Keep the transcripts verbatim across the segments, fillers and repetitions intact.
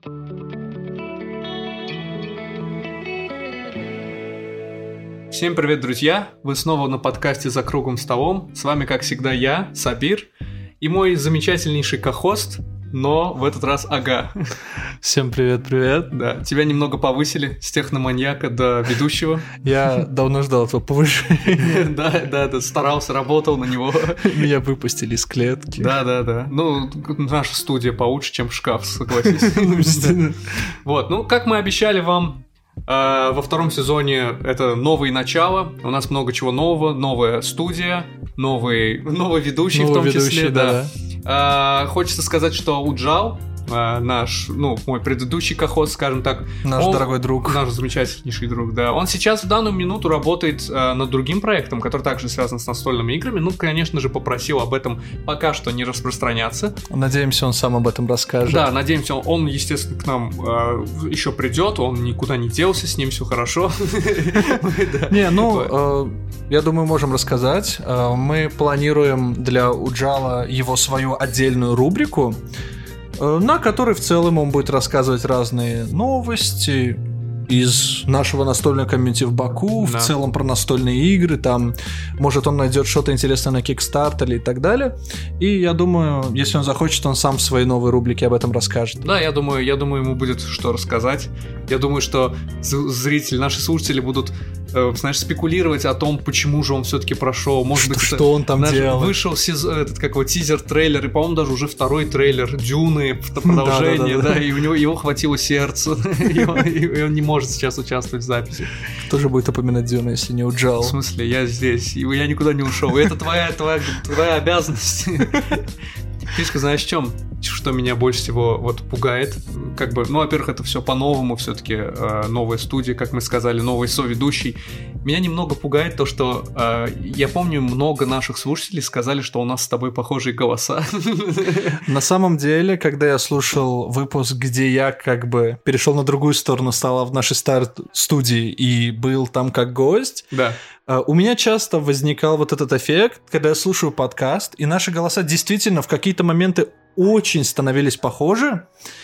Всем привет, друзья! Вы снова на подкасте «За круглым столом». С вами, как всегда, я, Сабир, и мой замечательнейший ко-хост, но в этот раз Ага. Всем привет-привет. Да, тебя немного повысили с техноманьяка до ведущего. Я давно ждал этого повышения. Да, да, да, старался, работал на него. Меня выпустили из клетки. Да, да, да. Ну, наша студия получше, чем шкаф, согласись. Вот, ну, как мы обещали вам, Uh, во втором сезоне это новые начала. У нас много чего нового. Новая студия, новый, новый ведущий новый в том ведущий, числе. Да. Да. Uh, хочется сказать, что Уджал, uh, наш, ну, мой предыдущий ко-хост, скажем так, наш он, дорогой друг, наш замечательнейший друг, да, он сейчас в данную минуту работает uh, над другим проектом, который также связан с настольными играми. Ну, конечно же, попросил об этом пока что не распространяться. Надеемся, он сам об этом расскажет. Да, надеемся, он, он естественно, к нам uh, еще придет, он никуда не делся, с ним все хорошо. Не, ну, я думаю, можем рассказать. Мы планируем для Уджала его свою отдельную рубрику, на которой в целом он будет рассказывать разные новости из нашего настольного комьюнити в Баку, да. В целом про настольные игры, там, может, он найдет что-то интересное на Kickstarter и так далее. И я думаю, если он захочет, он сам в своей новой рубрике об этом расскажет. Да, я думаю, я думаю, ему будет что рассказать. Я думаю, что зрители, наши слушатели будут, э, знаешь, спекулировать о том, почему же он все-таки прошел. Может что, быть, что это, он там делал. Вышел сиз, этот, как его, тизер-трейлер, и, по-моему, даже уже второй трейлер Дюны, продолжение, да, и у него его хватило сердца, и он не может сейчас участвовать в записи. Кто же будет упоминать Дюну, если не Уджал? В смысле, я здесь, я никуда не ушел. И это твоя, твоя, твоя обязанность. Фишка, знаешь, в чем? Что меня больше всего вот пугает, как бы, ну, во-первых, это все по-новому, все-таки э, новая студия, как мы сказали, новый соведущий. Меня немного пугает то, что э, я помню, много наших слушателей сказали, что у нас с тобой похожие голоса. На самом деле, когда я слушал выпуск, где я как бы перешел на другую сторону стола в нашей старт-студии и был там как гость, да. У меня часто возникал вот этот эффект, когда я слушаю подкаст, и наши голоса действительно в какие-то моменты очень становились похожи.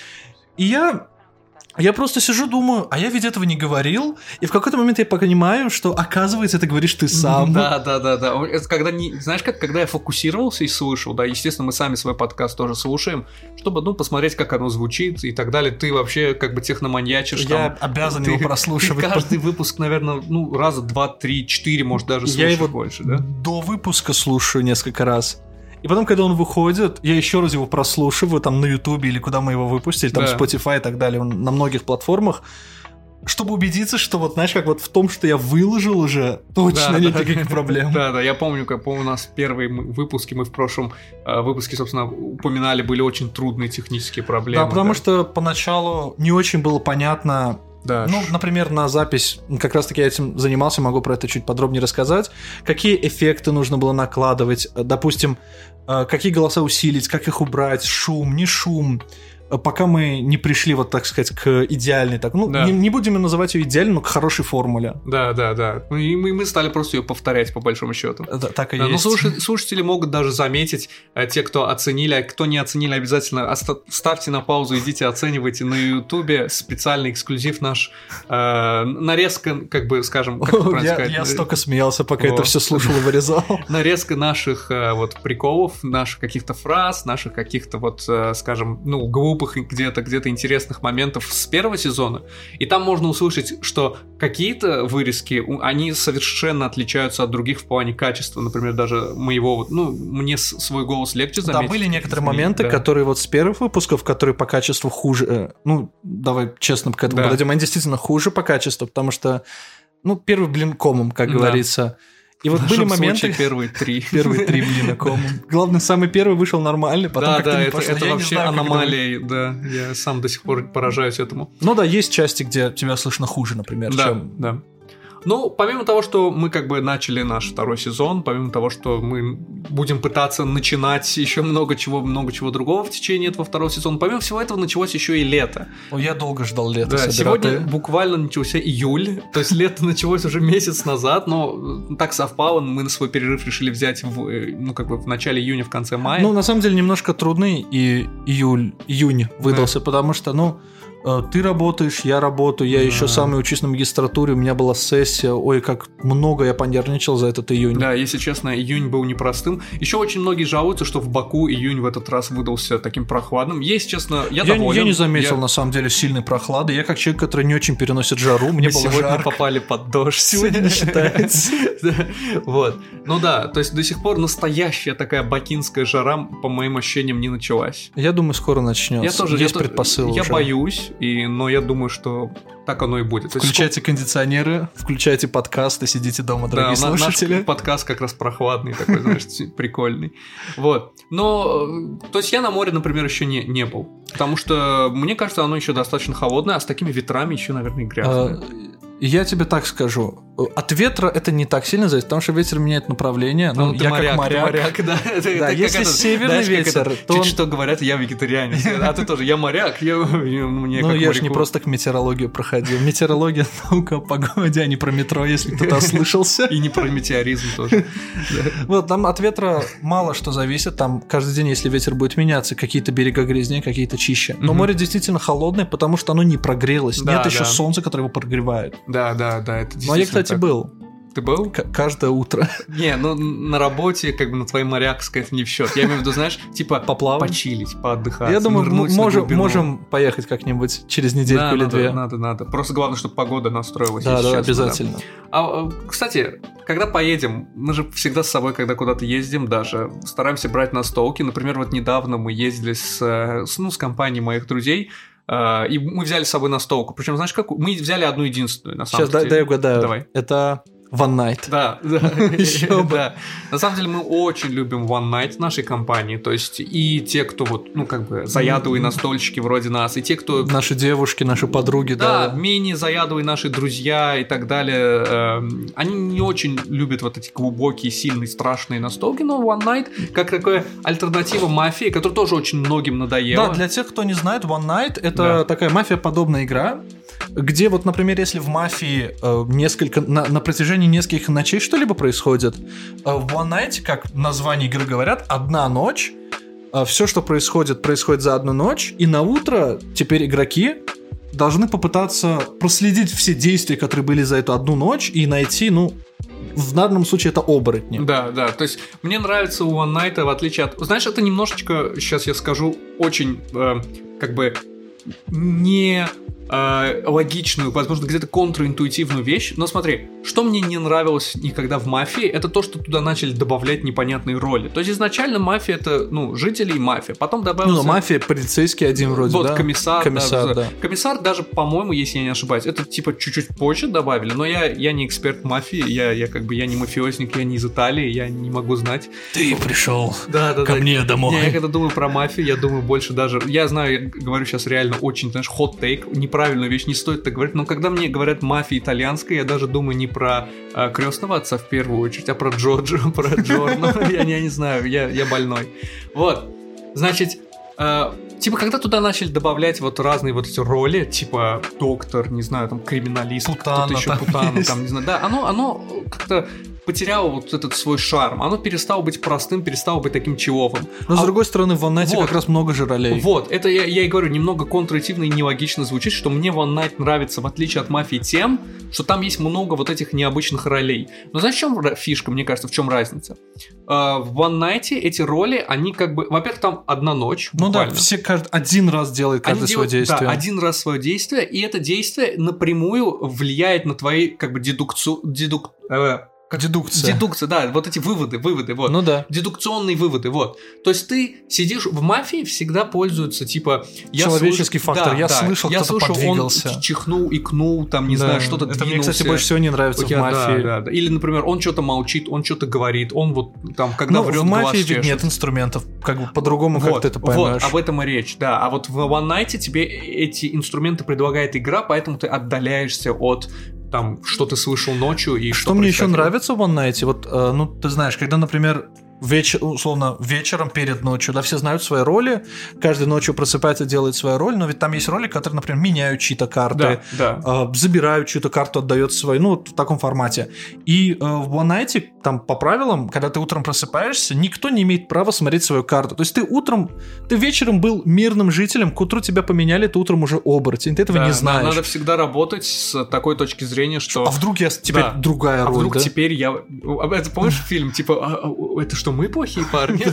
И я, я просто сижу, думаю, а я ведь этого не говорил. И в какой-то момент я понимаю, что, оказывается, это говоришь ты сам. Да, да, да, да. Это когда не, знаешь, как когда я фокусировался и слышал, да, естественно, мы сами свой подкаст тоже слушаем, чтобы, ну, посмотреть, как оно звучит и так далее. Ты вообще как бы техноманьячишь. Я там, обязан ты, его прослушивать. Ты каждый выпуск, наверное, ну, раза два, три, четыре, может, даже слушаешь я его больше, да? До выпуска слушаю несколько раз. И потом, когда он выходит, я еще раз его прослушиваю там на Ютубе или куда мы его выпустили, там да. Spotify и так далее, он на многих платформах, чтобы убедиться, что вот, знаешь, как вот в том, что я выложил уже, точно да, нет да. никаких проблем. Да, да, я помню, как у нас первые выпуски, мы в прошлом э, выпуске, собственно, упоминали, были очень трудные технические проблемы. Да, потому да. что поначалу не очень было понятно. Да. Ну, например, на запись, как раз-таки я этим занимался, могу про это чуть подробнее рассказать. Какие эффекты нужно было накладывать, допустим, какие голоса усилить, как их убрать, шум, не шум, пока мы не пришли, вот так сказать, к идеальной, так, ну, да. не, не будем называть ее идеальной, но к хорошей формуле. Да, да, да. Ну, и мы, мы стали просто ее повторять, по большому счету. Да, так и да, есть. Но слушатели, слушатели могут даже заметить, те, кто оценили, а кто не оценили, обязательно оста- ставьте на паузу, идите оценивайте на Ютубе специальный эксклюзив наш, э, нарезка, как бы, скажем, как О, я, сказать? Я столько смеялся, пока О. это все слушал и вырезал. Нарезка наших э, вот приколов, наших каких-то фраз, наших каких-то вот, э, скажем, ну, глупых где-то, где-то интересных моментов с первого сезона, и там можно услышать, что какие-то вырезки, они совершенно отличаются от других в плане качества, например, даже моего, ну, мне свой голос легче заметить. Да, были некоторые моменты, да. которые вот с первых выпусков, которые по качеству хуже, ну, давай честно к этому да. подойдем, они действительно хуже по качеству, потому что, ну, первый блин комом, как да. говорится. И вот были моменты... первые три. Первые три блина комом. Главное, самый первый вышел нормально, потом да, как-то да, не это, пошло. это вообще знаю, аномалия, да. Я сам до сих пор поражаюсь этому. Ну да, есть части, где тебя слышно хуже, например. Да, чем... да. Ну, помимо того, что мы как бы начали наш второй сезон, помимо того, что мы будем пытаться начинать еще много чего, много чего другого в течение этого второго сезона, помимо всего этого началось еще и лето. О, я долго ждал лета. Да, сегодня буквально начался июль, то есть лето началось уже месяц назад, но так совпало, мы на свой перерыв решили взять в, ну, как бы в начале июня, в конце мая. Ну, на самом деле, немножко трудный и июль, июнь выдался, да. потому что, ну, ты работаешь, я работаю, я да. еще сам учусь на магистратуре, у меня была сессия, ой, как много я понервничал за этот июнь. Да, если честно, июнь был непростым. Еще очень многие жалуются, что в Баку июнь в этот раз выдался таким прохладным. Если честно, я, я доволен. Я не заметил, я... на самом деле, сильной прохлады. Я как человек, который не очень переносит жару, мне Мы было сегодня жарко. попали под дождь. Сегодня не считается. Вот. Ну да, то есть до сих пор настоящая такая бакинская жара, по моим ощущениям, не началась. Я думаю, скоро начнется. Я тоже, есть я предпосылы. Я уже. боюсь, и, но я думаю, что так оно и будет. Включайте есть, кондиционеры, включайте подкасты, сидите дома, дорогие да, слушатели. Наш подкаст как раз прохладный такой, знаешь, прикольный. Вот. Но, то есть я на море, например, еще не, не был. Потому что, мне кажется, оно еще достаточно холодное, а с такими ветрами еще, наверное, и грязное. Я тебе так скажу. От ветра это не так сильно зависит, потому что ветер меняет направление. Ну, ну, я моряк, как моряк. моряк да, да, если это, северный знаешь, ветер, это, то чуть он... что говорят, я вегетарианец. А ты тоже, я моряк, я мне Ну, как я моряку. же не просто к метеорологию проходил. Метеорология — наука о погоде, а не про метро, если кто-то ослышался. И не про метеоризм тоже. Вот, там от ветра мало что зависит. Там каждый день, если ветер будет меняться, какие-то берега грязнее, какие-то чище. Но море действительно холодное, потому что оно не прогрелось. Нет еще солнца, которое его прогревает. Да, да, да, это Ну, я, кстати, так. был. Ты был? К- каждое утро. Не, ну на работе, как бы на твоей морякской это не в счет. Я имею в виду, знаешь, типа поплавать, почилить, поотдыхать. Я думаю, м- можем, можем поехать как-нибудь через недельку да, или надо, две. Надо, надо. Просто главное, чтобы погода настроилась. Да, да, честно, обязательно. Да. А, кстати, когда поедем, мы же всегда с собой, когда куда-то ездим, даже стараемся брать настолки. Например, вот недавно мы ездили с, с, ну, с компанией моих друзей. Uh, и мы взяли с собой настолку. Причем, знаешь, как? Мы взяли одну единственную, на самом Сейчас, деле. Сейчас, дай я угадаю. Давай. Это One Night. Да, да. Еще да. На самом деле мы очень любим One Night в нашей компании. То есть и те, кто вот, ну, как бы заядлые настольщики вроде нас, и те, кто... Наши девушки, наши подруги, да. Да, менее заядлые наши друзья и так далее. Э, они не очень любят вот эти глубокие, сильные, страшные настолки, но One Night как такая альтернатива мафии, которая тоже очень многим надоела. Да, для тех, кто не знает, One Night — это да. такая мафия-подобная игра, где вот, например, если в мафии э, несколько, на, на протяжении нескольких ночей что-либо происходит, э, в One Night, как название игры говорят, одна ночь, э, все, что происходит, происходит за одну ночь, и на утро теперь игроки должны попытаться проследить все действия, которые были за эту одну ночь, и найти, ну, в данном случае это оборотни. Да, да, то есть мне нравится у One Night, в отличие от... Знаешь, это немножечко, сейчас я скажу, очень, э, как бы, не... логичную, возможно, где-то контринтуитивную вещь. Но смотри, что мне не нравилось никогда в мафии, это то, что туда начали добавлять непонятные роли. То есть изначально мафия — это, ну, жители и мафия. Потом добавился... Ну, мафия, полицейский один вроде, вот, да? комиссар. Комиссар, да, да. Комиссар даже, по-моему, если я не ошибаюсь, это типа чуть-чуть позже добавили, но я, я не эксперт мафии, я, я как бы, я не мафиозник, я не из Италии, я не могу знать. Ты пришел да, да, ко да. мне домой. Не, я когда думаю про мафию, я думаю больше даже... Я знаю, я говорю сейчас реально очень, знаешь, хот-тейк, неправильную вещь, не стоит так говорить, но когда мне говорят мафия итальянская, я даже думаю не про а, крестного отца в первую очередь, а про Джорджа, про Джорна. Я не знаю, я больной. Вот, значит, типа когда туда начали добавлять вот разные вот эти роли, типа доктор, не знаю, там криминалист, кто-то еще Путана, там, не знаю, да, оно, оно как-то потеряло вот этот свой шарм. Оно перестало быть простым, перестало быть таким чиловым. Но, а, с другой стороны, в One Night вот, как раз много же ролей. Вот, это я, я и говорю, немного контринтуитивно и нелогично звучит, что мне One Night нравится, в отличие от мафии, тем, что там есть много вот этих необычных ролей. Но знаешь, в чем фишка, мне кажется, в чем разница? Uh, в One Night эти роли, они как бы... Во-первых, там одна ночь, ну буквально. да, все каждый, один раз делает каждое свое действие. Да, один раз свое действие, и это действие напрямую влияет на твои, как бы, дедукцию... Дедук, э, Как дедукция. Дедукция, да, вот эти выводы, выводы, вот. Ну да. Дедукционные выводы, вот. То есть ты сидишь в мафии, всегда пользуются, типа... Я человеческий слыш... фактор. Да, я да. слышал, я кто-то слышал, подвигался. Он чихнул, икнул, там, не да. знаю, что-то это двинулся. мне, кстати, больше всего не нравится я, в мафии. Да, да, да. Или, например, он что-то молчит, он что-то говорит, он вот там, когда ну, врет, в мафии ведь чешет. нет инструментов, как бы по-другому вот, как ты это поймешь. Вот, об этом и речь, да. А вот в One Night тебе эти инструменты предлагает игра, поэтому ты отдаляешься от... там, что ты слышал ночью и что, что мне еще нравится в One Night, вот, э, ну, ты знаешь, когда, например, вечер, условно, вечером перед ночью, да, все знают свои роли, каждый ночью просыпается, делает свою роль, но ведь там есть роли, которые, например, меняют чьи-то карты, да, да. Э, забирают чью-то карту, отдает свою, ну, вот в таком формате. И э, в One Night, там, по правилам, когда ты утром просыпаешься, никто не имеет права смотреть свою карту. То есть ты утром, ты вечером был мирным жителем, к утру тебя поменяли, ты утром уже оборотень, ты этого да, не знаешь. Надо всегда работать с такой точки зрения, что... А вдруг я теперь да. другая а роль, вдруг да? теперь я... Это помнишь фильм, типа, это что, мы плохие парни?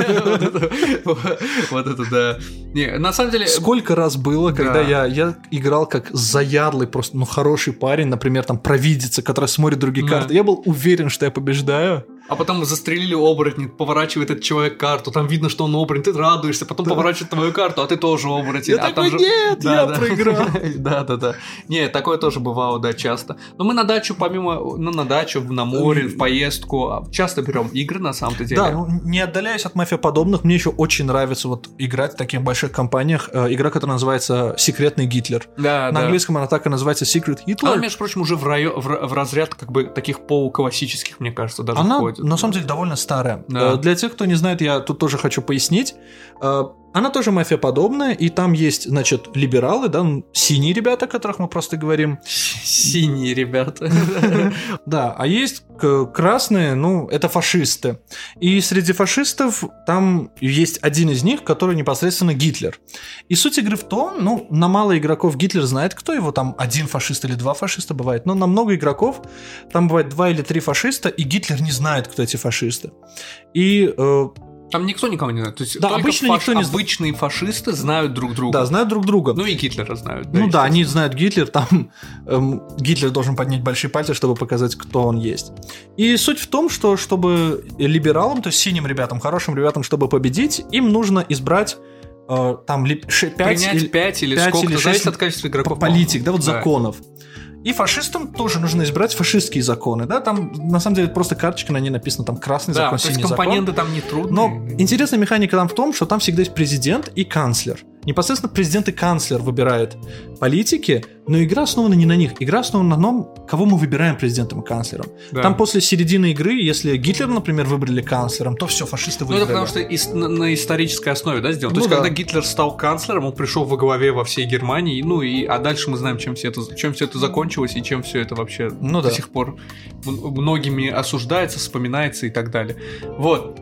Вот это да. Не, на самом деле... Сколько раз было, когда я играл как заядлый, просто, ну, хороший парень, например, там, провидица, который смотрит другие карты, я был уверен, что я побеждаю. А потом застрелили оборотня, поворачивает этот человек карту, там видно, что он оборотень, ты радуешься, потом да. поворачивает твою карту, а ты тоже оборотень. Я а такой, там нет, же... я да, проиграл. Да-да-да. Не, такое тоже бывало, да, часто. Но мы на дачу, помимо, ну, на дачу, на море, в поездку, часто берем игры, на самом-то деле. Да, ну, не отдаляясь от мафиоподобных, мне еще очень нравится вот играть в таких больших компаниях. Э, игра, которая называется «Секретный Гитлер». Да, на да. английском она так и называется «Secret Hitler». Она, между прочим, уже в, район, в, в разряд как бы таких полуклассических, мне кажется, даже она, входит. на самом деле, довольно старая. Да. Для тех, кто не знает, я тут тоже хочу пояснить. Она тоже мафиоподобная, и там есть, значит, либералы, да, синие ребята, о которых мы просто говорим. Синие ребята. Да, а есть красные, ну, это фашисты. И среди фашистов там есть один из них, который непосредственно Гитлер. И суть игры в том, ну, на мало игроков Гитлер знает, кто его, там один фашист или два фашиста бывает, но на много игроков там бывает два или три фашиста, и Гитлер не знает, кто эти фашисты. И... Э, Там никто никого не знает. То есть да, только обычно фаш... никто не... обычные фашисты знают друг друга. Да, знают друг друга. Ну и Гитлера знают. Да, ну да, они знают Гитлер, там эм, Гитлер должен поднять большие пальцы, чтобы показать, кто он есть. И суть в том, что чтобы либералам, то есть синим ребятам, хорошим ребятам, чтобы победить, им нужно избрать э, там пять принять или, пять или пять сколько-то, или зависит от количества игроков. Политик, да, вот да. законов. И фашистам тоже нужно избрать фашистские законы, да, там на самом деле просто карточка, на ней написано там красный да, закон, синий закон. Да, то есть компоненты там не трудные. Но интересная механика там в том, что там всегда есть президент и канцлер. Непосредственно президент и канцлер выбирают политики, но игра основана не на них. Игра основана на том, кого мы выбираем президентом и канцлером. Да. Там после середины игры, если Гитлера, например, выбрали канцлером, то все, фашисты выиграли. Ну, это потому что ис- на, на исторической основе, да, сделано. Ну, то есть, да. когда Гитлер стал канцлером, он пришел во главе во всей Германии, ну, и, а дальше мы знаем, чем все это, чем все это закончилось и чем все это вообще ну, до да. сих пор многими осуждается, вспоминается и так далее. Вот.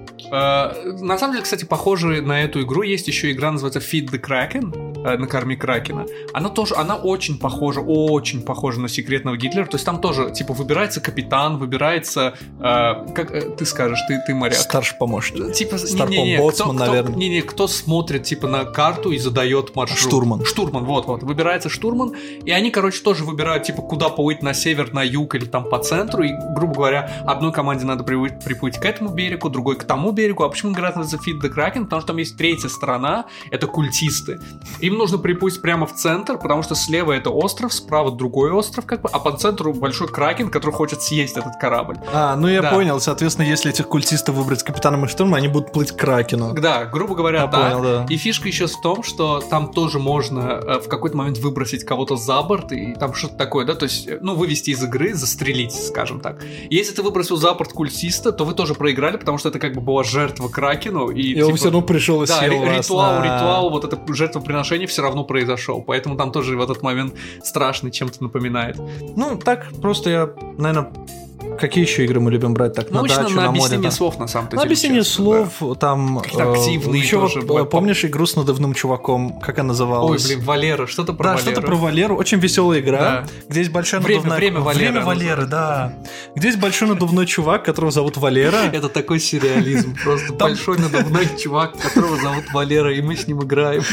На самом деле, кстати, похоже на эту игру есть еще игра, называется Feed the Kraken, накорми Кракена. Она тоже, она очень похожа, очень похожа на секретного Гитлера. То есть там тоже, типа, выбирается капитан, выбирается, э, как ты скажешь, ты, ты моряк. Старший помощник. Типа, Старпом-боцман, наверное. Не-не, кто смотрит, типа, на карту и задает маршрут. Штурман. Штурман, вот-вот. Выбирается штурман, и они, короче, тоже выбирают, типа, куда плыть, на север, на юг или там по центру. И, грубо говоря, одной команде надо приплыть к этому берегу, другой к тому берегу. А почему игра называется Feed the Kraken? Потому что там есть третья сторона, это культисты. Им нужно приплыть прямо в центр, потому что слева это остров, справа другой остров, как бы, а по центру большой кракен, который хочет съесть этот корабль. А, ну я да. понял. Соответственно, если этих культистов выбрать капитаном и штурмом, они будут плыть к кракену. Да, грубо говоря, я да. Понял, да. И фишка еще в том, что там тоже можно э, в какой-то момент выбросить кого-то за борт, и там что-то такое, да, то есть, ну, вывести из игры, застрелить, скажем так. И если ты выбросил за борт культиста, то вы тоже проиграли, потому что это как бы была жертва кракену. И, и типа, он все равно пришел и да, съел ри- вас. ритуал, на... ритуал, вот это жертвоприношение все равно произошел, поэтому там тоже в этот момент страшный чем-то напоминает. Ну, так просто я, наверное... Какие еще игры мы любим брать так? Ну, на дачу, на, на объяснение море, слов, на самом-то деле. На объяснение честно, слов, да. там... Какие-то активные еще тоже. Вот, помнишь игру с надувным чуваком? Как она называлась? Ой, блин, Валера, что-то про да, Валеру. что-то про Валеру. Очень веселая игра, да. Где есть большая время, надувная... Время Валеры. Время Валеры, да. Где есть большой надувной чувак, которого зовут Валера. Это такой сюрреализм. Просто большой надувной чувак, которого зовут Валера, и мы с ним играем.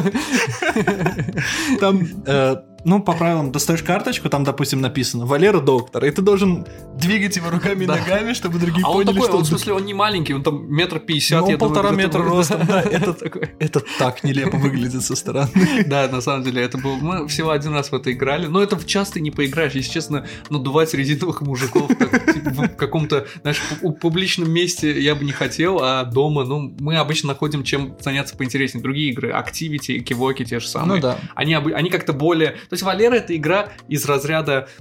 Там... Ну, по правилам, достаешь карточку, там, допустим, написано «Валера доктор», и ты должен двигать его руками и да. ногами, чтобы другие а поняли, он такой, что... Он, в смысле, он не маленький, он там метр пятьдесят. Ну, он полтора думаю, метра ростом, да, это, такой. это так нелепо выглядит со стороны. Да, на самом деле, это было... Мы всего один раз в это играли, но это часто не поиграешь, если честно, надувать резиновых мужиков как, типа, в каком-то, знаешь, публичном месте я бы не хотел, а дома, ну, мы обычно находим, чем заняться поинтереснее. Другие игры, Activity, Кивоки те же самые. Ну да. Они, они как-то более... То есть Валера — это игра из разряда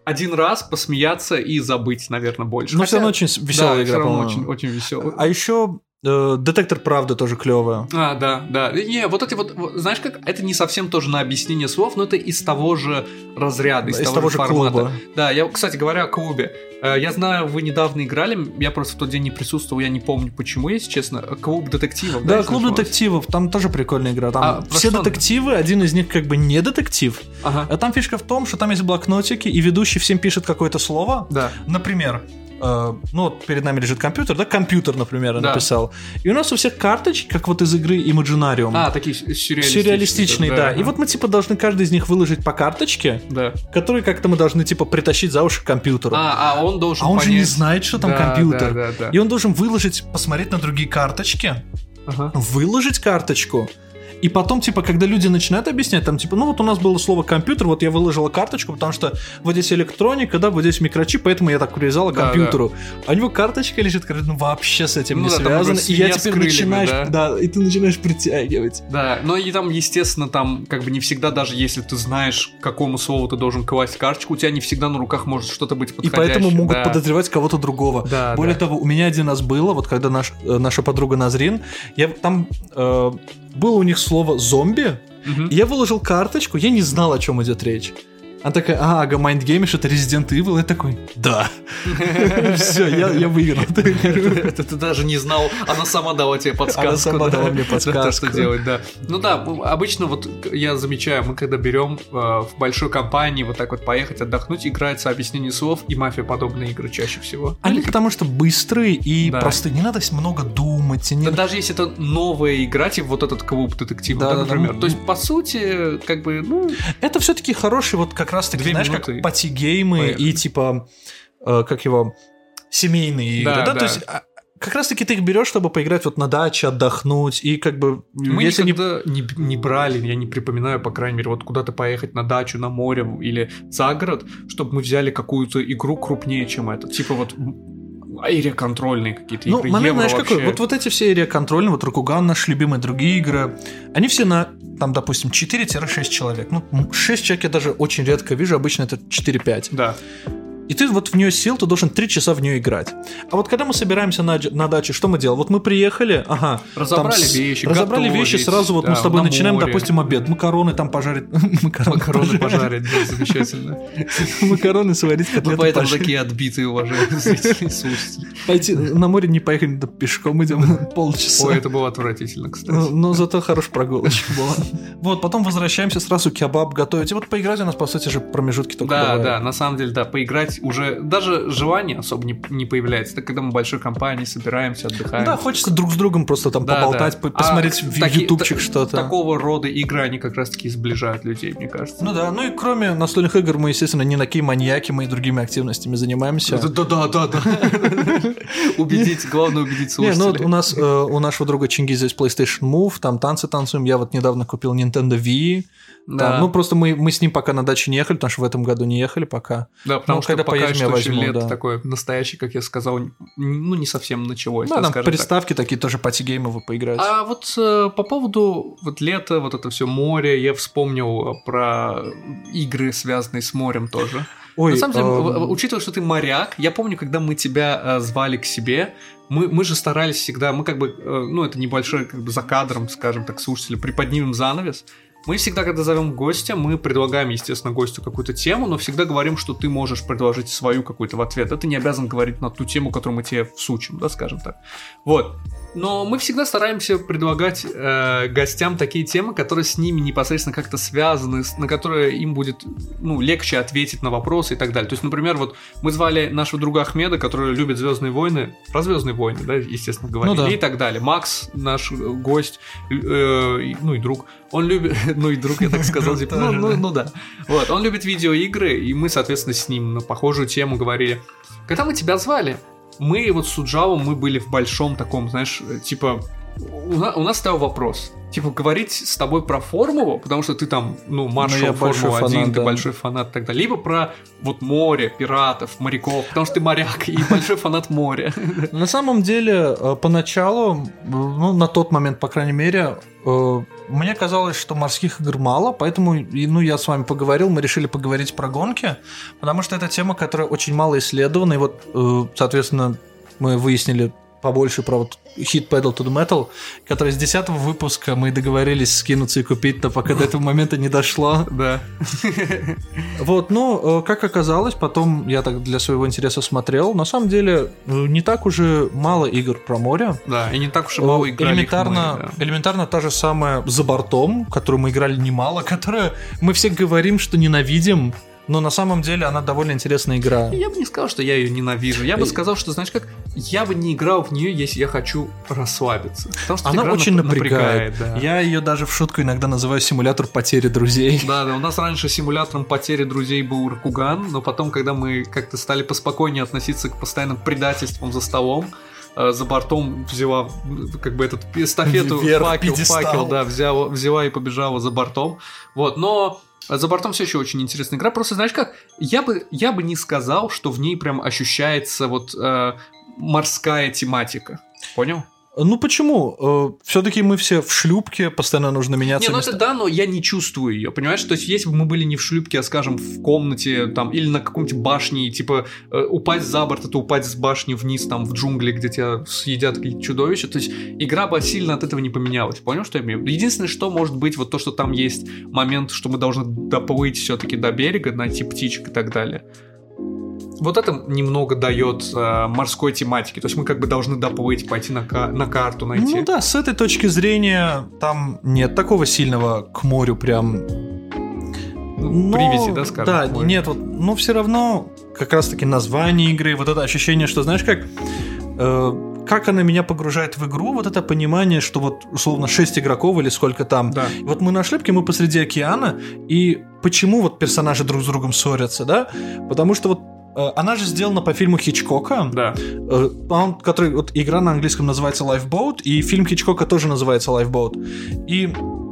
один раз посмеяться и забыть, наверное, больше. Но Хотя... все равно очень веселая да, игра, по-моему. Очень, очень веселая. А еще э, детектор правды тоже клевая. А, да, да. Не, вот эти вот, знаешь как, это не совсем тоже на объяснение слов, но это из того же разряда, из, из того, того же же формата. Клуба. Да, я, кстати говоря, о клубе. Я знаю, вы недавно играли, я просто в тот день не присутствовал, я не помню, почему, если честно. Клуб детективов. Да, да клуб детективов, там тоже прикольная игра. Там а, все детективы, он? Один из них как бы не детектив. Ага. А там фишка в том, что там есть блокнотики, и ведущий всем пишет какое-то слово. Да. Например, э, ну вот перед нами лежит компьютер, да, компьютер, например, я да. написал. И у нас у всех карточки, как вот из игры Imaginarium. А, такие сюрреалистичные. Сюрреалистичные, да. да. И вот мы типа должны каждый из них выложить по карточке, да. которые как-то мы должны типа притащить за уши к компьютеру. А, а он должен А он понять... же не знает, что там да, компьютер. Да, да, да. И он должен выложить, посмотреть на другие карточки, ага. выложить карточку. И потом, типа, когда люди начинают объяснять, там, типа, ну вот у нас было слово компьютер, вот я выложила карточку, потому что вот здесь электроника, да, вот здесь микрочип, поэтому я так привязала к да, компьютеру. Да. А у него карточка лежит, ну вообще с этим ну, не да, связано. И я теперь крыльями, начинаешь, да? да, и ты начинаешь притягивать. Да, но и там, естественно, там, как бы не всегда, даже если ты знаешь, к какому слову ты должен класть карточку, у тебя не всегда на руках может что-то быть подходящее. И поэтому могут да. подозревать кого-то другого. Да, Более да. того, у меня один раз было, вот когда наш, наша подруга Назрин, я там... Э, было у них слово «зомби», uh-huh. и я выложил карточку, я не знал, о чем идет речь. Она такая, а, ага, майндгеймишь, это Resident Evil? Я такой, да. Все, я выиграл. Это ты даже не знал, она сама дала тебе подсказку. Она сама дала мне подсказку. Что делать, да. Ну да, обычно вот я замечаю, мы когда берем в большой компании вот так вот поехать отдохнуть, играется объяснение слов и мафия-подобные игры чаще всего. Они потому что быстрые и простые, не надо много думать. Да даже если это новая игра, типа вот этот клуб детектива, например. То есть, по сути, как бы, ну... Это все-таки хороший вот как раз таки, знаешь, как пати-геймы и типа, э, как его, семейные игры, да, да? да. То есть как раз таки ты их берешь, чтобы поиграть вот на даче, отдохнуть, и как бы... Мы если никогда не... Не, не брали, я не припоминаю, по крайней мере, вот куда-то поехать на дачу, на море или за город, чтобы мы взяли какую-то игру крупнее, чем это, типа вот... Area-контрольные какие-то ну, игры. Ну, знаешь, какой? Вот, вот эти все Area-контрольные, вот Рокуган, наши любимые другие игры, они все на, там, допустим, четыре-шесть человек. Ну, шесть человек я даже очень редко вижу, обычно это четыре-пять. Да. И ты вот в нее сел, ты должен три часа в нее играть. А вот когда мы собираемся на, на даче, что мы делаем? Вот мы приехали, ага. Разобрали там, вещи, Разобрали готовить, вещи, сразу вот да, мы с тобой начинаем, море. допустим, обед. Макароны там пожарить. Макароны пожарить, да, замечательно. Макароны сварить, котлеты поэтому пожарить. Такие отбитые, уважаемые зрители, слушатели. Пойти на море не поехали, да пешком идем полчаса. Ой, это было отвратительно, кстати. Но зато хорошая прогулочка была. Вот, потом возвращаемся сразу кебаб готовить. И вот поиграть у нас, по сути же, промежутки только Да, да, на самом деле, да, поиграть уже... Даже желание особо не, не появляется. Это когда мы в большой компании собираемся, отдыхаем. Да, хочется друг с другом просто там да, поболтать, да. посмотреть а в таки, ютубчик т- что-то. Такого рода игры, они как раз-таки сближают людей, мне кажется. Ну да, ну и кроме настольных игр мы, естественно, не такие маньяки, мы и другими активностями занимаемся. Да-да-да-да. Убедить, главное убедить слушателей. Не, ну у нас, у нашего друга Чингиза есть PlayStation Move, там танцы танцуем, я вот недавно купил Nintendo Wii. Да. Там, ну, просто мы, мы с ним пока на даче не ехали, потому что в этом году не ехали пока. Да, потому ну, что когда пока поедем, что я возьму, лет да. такой настоящий, как я сказал, ну, не совсем началось. Да, да, там приставки так. Такие тоже пати-геймовые поиграть. А вот э, по поводу вот лета, вот это все море, я вспомнил про игры, связанные с морем тоже. Ой, на самом деле, а... учитывая, что ты моряк, я помню, когда мы тебя э, звали к себе, мы, мы же старались всегда, мы как бы, э, ну, это небольшой, как бы за кадром, скажем так, слушатели, приподнимем занавес. Мы всегда, когда зовем гостя, мы предлагаем, естественно, гостю какую-то тему, но всегда говорим, что ты можешь предложить свою какую-то в ответ. Это не обязан говорить на ту тему, которую мы тебе всучим, да, скажем так. Вот. Но мы всегда стараемся предлагать э, гостям такие темы, которые с ними непосредственно как-то связаны, на которые им будет, ну, легче ответить на вопросы и так далее. То есть, например, вот мы звали нашего друга Ахмеда, который любит «Звездные войны», про «Звездные войны», да, естественно, говорили, ну, да. и так далее. Макс, наш гость, э, ну и друг, он любит, ну и друг, я так сказал, типа, ну, ну, ну да. Вот, он любит видеоигры, и мы, соответственно, с ним на похожую тему говорили. Когда мы тебя звали, мы вот с Уджалом, мы были в большом таком, знаешь, типа у, у нас стоял вопрос. Типа, говорить с тобой про формулу, потому что ты там, ну, маршал Формулы один, ты да. большой фанат и так далее. Либо про вот море, пиратов, моряков, потому что ты моряк и большой фанат моря. На самом деле, поначалу, ну, на тот момент, по крайней мере, мне казалось, что морских игр мало, поэтому, ну, я с вами поговорил, мы решили поговорить про гонки, потому что это тема, которая очень мало исследована, и вот, соответственно, мы выяснили побольше про вот Hit Pedal to the Metal, который с десятого выпуска мы договорились скинуться и купить, но пока до этого момента не дошло. Да. Вот, ну, как оказалось, потом я так для своего интереса смотрел, на самом деле не так уже мало игр про море. Да, и не так уж и мало играли элементарно, море, да. элементарно та же самая «За бортом», которую мы играли немало, которую мы все говорим, что ненавидим, но на самом деле она довольно интересная игра. Я бы не сказал, что я ее ненавижу. Я бы сказал, что, знаешь как, я бы не играл в нее, если я хочу расслабиться. Потому что она очень нап- напрягает. напрягает да. Я ее даже в шутку иногда называю симулятор потери друзей. Да, да, у нас раньше симулятором потери друзей был Ракуган, но потом, когда мы как-то стали поспокойнее относиться к постоянным предательствам за столом, за бортом взяла как бы эту эстафету, Вверх, факел, пьедестал. факел, да, взяла, взяла и побежала за бортом. Вот, но «За бортом» все еще очень интересная игра. Просто, знаешь как, я бы, я бы не сказал, что в ней прям ощущается вот э, морская тематика. Понял? Ну почему? Все-таки мы все в шлюпке, постоянно нужно меняться. Не, ну это да, но я не чувствую ее, понимаешь? То есть, если бы мы были не в шлюпке, а, скажем, в комнате там или на каком-нибудь башне, типа упасть за борт, это упасть с башни вниз, там в джунгли, где тебя съедят какие-то чудовища. То есть, игра бы сильно от этого не поменялась. Понял, что я имею в виду? Единственное, что может быть, вот то, что там есть момент, что мы должны доплыть все-таки до берега, найти птичек и так далее. Вот это немного дает э, морской тематики. То есть мы как бы должны доплыть, пойти на, ка- на карту найти. Ну да, с этой точки зрения там нет такого сильного к морю прям... Ну, привязи, да, скажем? Да, нет, вот, но все равно как раз-таки название игры, вот это ощущение, что, знаешь, как... Э, как она меня погружает в игру, вот это понимание, что вот условно шесть игроков или сколько там. Да. Вот мы на шлюпке, мы посреди океана, и почему вот персонажи друг с другом ссорятся, да? Потому что вот она же сделана по фильму Хичкока, да. он, который, вот, игра на английском называется Lifeboat, и фильм Хичкока тоже называется Lifeboat. И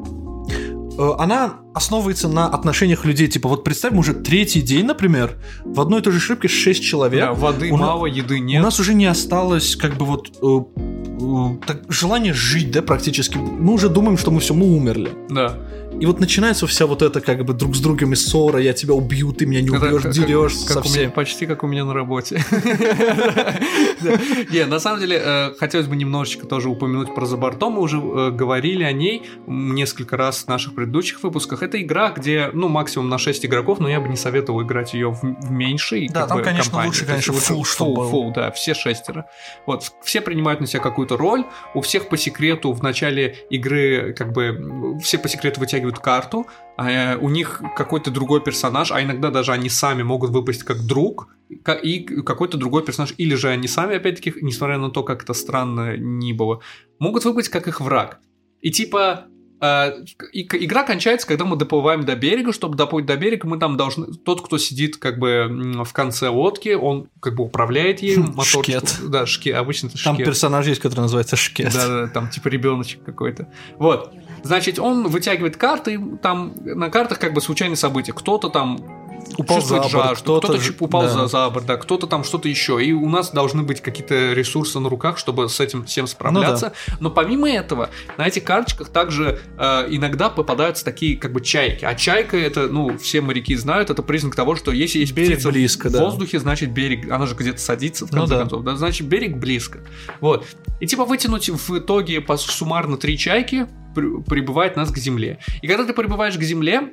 она основывается на отношениях людей. Типа, вот представь, мы уже третий день, например, в одной и той же шлюпке шесть человек. Да, воды у мало, на... еды нет. У нас уже не осталось, как бы вот э, э, так, желание жить, да, практически. Мы уже думаем, что мы все, мы умерли. Да. И вот начинается вся вот эта как бы друг с другом и ссора, я тебя убью, ты меня не убьешь, дерешься со всеми. Почти как у меня на работе. Не, на самом деле, хотелось бы немножечко тоже упомянуть про «За бортом». Мы уже говорили о ней несколько раз в наших предыдущих выпусках. Это игра, где, ну, максимум на шесть игроков, но я бы не советовал играть ее в меньшей. Да, там, конечно, лучше, конечно, фулл, чтобы был. Фулл, да, все шестеро. Вот, все принимают на себя какую-то роль, у всех по секрету в начале игры, как бы, все по секрету вытягивают карту, а у них какой-то другой персонаж, а иногда даже они сами могут выпасть как друг, и какой-то другой персонаж, или же они сами, опять-таки, несмотря на то, как это странно ни было, могут выпасть как их враг. И типа... игра кончается, когда мы доплываем до берега. Чтобы доплыть до берега, мы там должны... Тот, кто сидит как бы в конце лодки, он как бы управляет ею. Шкет. Да, шкет. Обычно это шкет. Там персонаж есть, который называется Шкет. Да, да, там типа ребеночек какой-то. Вот. Значит, он вытягивает карты, и там на картах как бы случайные события. Кто-то там упал за борт, жажду, кто-то, кто-то ж... упал да. за, за борт, да, кто-то там что-то еще. И у нас должны быть какие-то ресурсы на руках, чтобы с этим всем справляться. Ну, да. Но помимо этого, на этих карточках также э, иногда попадаются такие как бы чайки. А чайка, это, ну, все моряки знают, это признак того, что если есть берег птица близко, в да. воздухе, значит берег, она же где-то садится в конце ну, да. концов, да, значит берег близко. Вот. И типа вытянуть в итоге по суммарно три чайки прибывает нас к земле. И когда ты прибываешь к земле,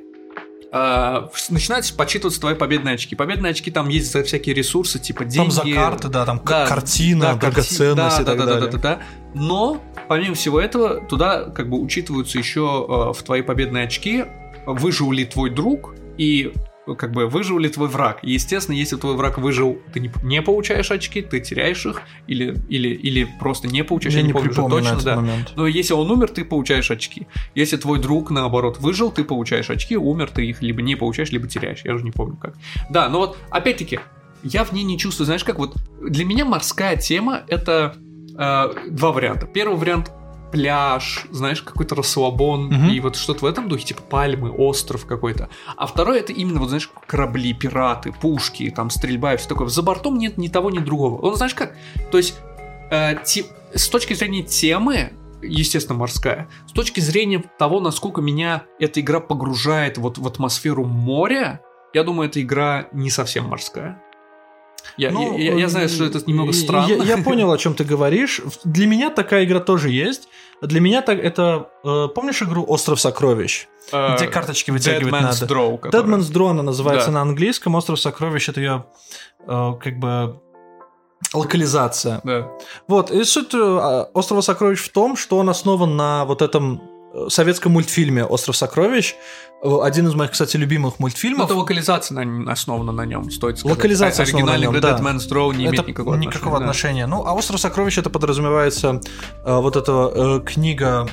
Uh, начинают подсчитываться твои победные очки. Победные очки, там есть за всякие ресурсы, типа деньги. Там за карты, да, там да, картина, да, драгоценности да, и так да, далее. Да, да, да, да. Но, помимо всего этого, туда как бы учитываются еще uh, в твои победные очки, выжил ли твой друг и как бы выжил ли твой враг. И, естественно, если твой враг выжил, ты не, не получаешь очки, ты теряешь их, или, или, или просто не получаешь, я, я не, не помню уже точно, да. Момент. Но если он умер, ты получаешь очки. Если твой друг, наоборот, выжил, ты получаешь очки, умер, ты их либо не получаешь, либо теряешь. Я уже не помню как. Да, но вот, опять-таки, я в ней не чувствую, знаешь, как вот, для меня морская тема — это э, два варианта. Первый вариант — пляж, знаешь, какой-то расслабон, mm-hmm. и вот что-то в этом духе, типа пальмы, остров какой-то. А второй это именно, вот знаешь, корабли, пираты, пушки, там стрельба и все такое. За бортом нет ни того, ни другого. Он, знаешь как? То есть, э, те, с точки зрения темы, естественно, морская, с точки зрения того, насколько меня эта игра погружает вот в атмосферу моря, я думаю, эта игра не совсем морская. Я, ну, я, я знаю, что это немного странно. Я, я понял, о чем ты говоришь. Для меня такая игра тоже есть. Для меня так это... Э, помнишь игру «Остров сокровищ»? Uh, где карточки вытягивать Dead Man's надо? Draw, Dead Man's Draw она называется да. на английском. «Остров сокровищ» — это ее э, как бы локализация. Да. Вот. И суть э, «Острова сокровищ» в том, что он основан на вот этом советском мультфильме «Остров сокровищ». Один из моих, кстати, любимых мультфильмов. Но это локализация основана на нем, стоит сказать. Локализация основана на нем, да. Dead Man's Draw не имеет это никакого отношения. Никакого да. отношения. Ну, а «Остров сокровищ» это подразумевается э, вот эта э, книга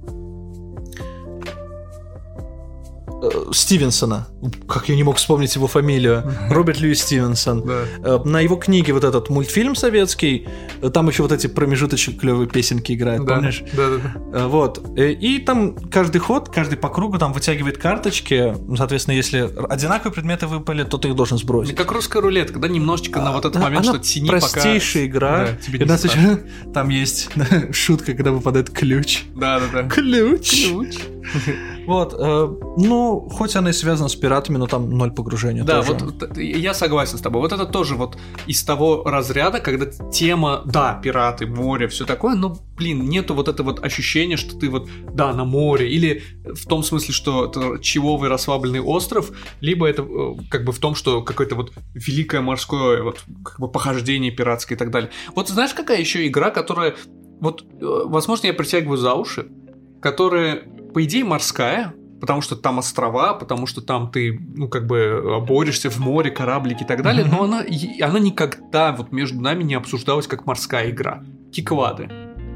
э, Стивенсона. Как я не мог вспомнить его фамилию. Роберт Льюис Стивенсон. Да. Э, на его книге вот этот мультфильм советский, там еще вот эти промежуточные клевые песенки играют, да. помнишь? Да, да, да. Э, вот. И там каждый ход, каждый по кругу там вытягивает карточки. Соответственно, если одинаковые предметы выпали, то ты их должен сбросить. Как русская рулетка, да, немножечко а, на вот этот момент, она что тяни простейшая пока... игра. Да, тебе не страшно. Там есть шутка, когда выпадает ключ. Да, да, да. Ключ. Ключ. Вот, э, ну, хоть она и связана с пиратами, но там ноль погружения. Да, тоже. вот я согласен с тобой. Вот это тоже вот из того разряда, когда тема, да, пираты, море, все такое, но, блин, нету вот этого вот ощущения, что ты вот, да, на море, или в том смысле, что это чиловый расслабленный остров, либо это как бы в том, что какое-то вот великое морское вот как бы похождение пиратское и так далее. Вот знаешь, какая еще игра, которая, вот, возможно, я притягиваю за уши, которая, по идее, морская, потому что там острова, потому что там ты, ну, как бы борешься в море, кораблики и так далее, mm-hmm. но она, она никогда вот между нами не обсуждалась как морская игра. Киклады.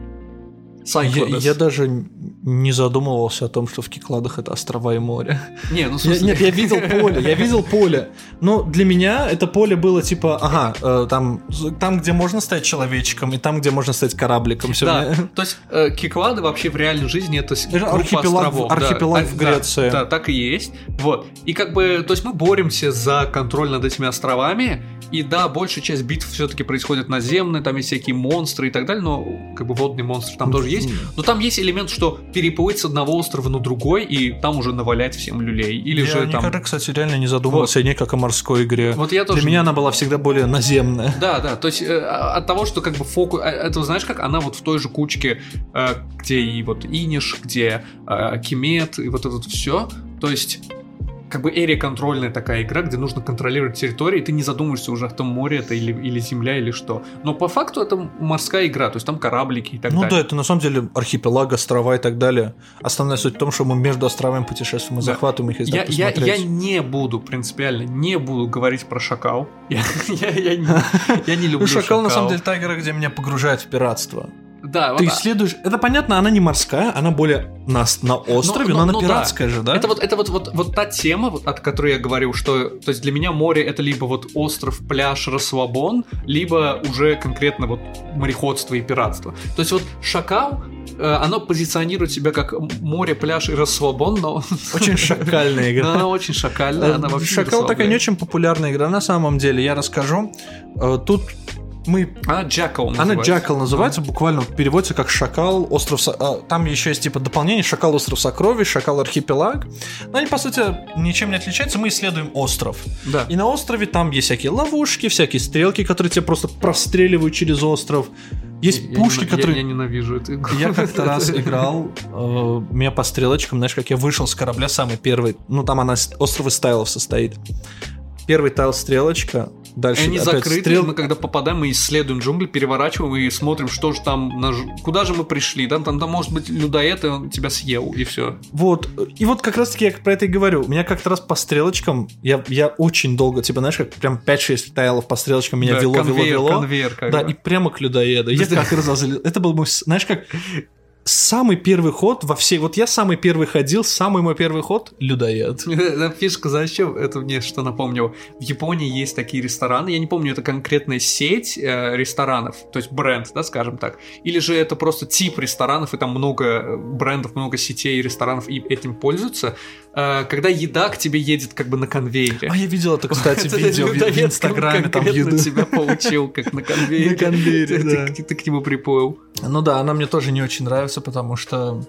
Я, я даже не задумывался о том, что в Кикладах это острова и море. Не, ну, в смысле... я, нет, я видел поле, я видел поле. Но для меня это поле было типа, ага, э, там, там, где можно стать человечком, и там, где можно стать корабликом. Всё да, мне... то есть э, Киклады вообще в реальной жизни это группа архипелаг, островов. Архипелаг да, в Греции. Да, да, так и есть. Вот. И как бы, то есть мы боремся за контроль над этими островами, и да, большая часть битв все-таки происходит наземные, там есть всякие монстры и так далее, но как бы водные монстры там тоже есть. Но там есть элемент, что переплыть с одного острова на другой, и там уже навалять всем люлей. Или я же никогда, там... кстати, реально не задумывался вот. о ней как о морской игре. Вот я тоже... Для меня она была всегда более наземная. Да, да, то есть э, от того, что как бы фокус... Это знаешь как? Она вот в той же кучке, э, где и вот Иниш, где э, Кимет, и вот это вот все. То есть... как бы эрия-контрольная такая игра, где нужно контролировать территорию, и ты не задумываешься уже о том, море это или, или земля, или что. Но по факту это морская игра, то есть там кораблики и так ну далее. Ну да, это на самом деле архипелаг, острова и так далее. Основная суть в том, что мы между островами путешествуем и да. захватываем их, если я, так посмотреть. Я, я не буду, принципиально, не буду говорить про Шакал. Я, я, я, не, я не люблю Шакал. Шакал, на самом деле, та игра, где меня погружает в пиратство. Да, ты вот, исследуешь. Это понятно, она не морская, она более на, на острове, но, но, но она ну, пиратская да. же, да? Это вот, это вот, вот, вот та тема, вот, от которой я говорил, что то есть для меня море это либо вот остров, пляж, расслабон, либо уже конкретно вот мореходство и пиратство. То есть вот Шакал, э, оно позиционирует себя как море, пляж и расслабон, но... Очень шакальная игра. Она очень шакальная, она вообще Шакал такая не очень популярная игра, на самом деле, я расскажу. Тут мы... Она Jackal называется. Она Jackal называется, буквально переводится как Шакал, остров... Там еще есть типа дополнение: Шакал, остров сокровищ, Шакал, архипелаг. Но они, по сути, ничем не отличаются. Мы исследуем остров. Да. И на острове там есть всякие ловушки, всякие стрелки, которые тебя просто простреливают через остров. Есть я, пушки, я, которые... Я, я ненавижу эту игру. Я как-то раз играл, э, меня по стрелочкам, знаешь, как я вышел с корабля самый первый. Ну, там она остров из тайлов состоит. Первый тайл стрелочка, дальше они опять закрыты, стрел... мы когда попадаем, мы исследуем джунгли, переворачиваем и смотрим, что же там, на... куда же мы пришли, да? там, там может быть людоед, и он тебя съел, и все. Вот, и вот как раз-таки я про это и говорю. Меня как-то раз по стрелочкам, я, я очень долго, типа, знаешь, как прям пять-шесть тайлов по стрелочкам меня да, вело, конвейер, вело, вело. Конвейер, как да, бы. И прямо к людоеду. Я как разозлил. Это был мой, знаешь, как... самый первый ход во всей... Вот я самый первый ходил, самый мой первый ход — людоед. Фишка, зачем? Это мне что напомнил. В Японии есть такие рестораны, я не помню, это конкретная сеть э, ресторанов, то есть бренд, да, скажем так. Или же это просто тип ресторанов, и там много брендов, много сетей ресторанов и этим пользуются. Э, когда еда к тебе едет как бы на конвейере. А я видел это, кстати, видео в Инстаграме, там еду. Тебя получил как на конвейере. На конвейере, да. Ты к нему приплыл. Ну да, она мне тоже не очень нравится, потому что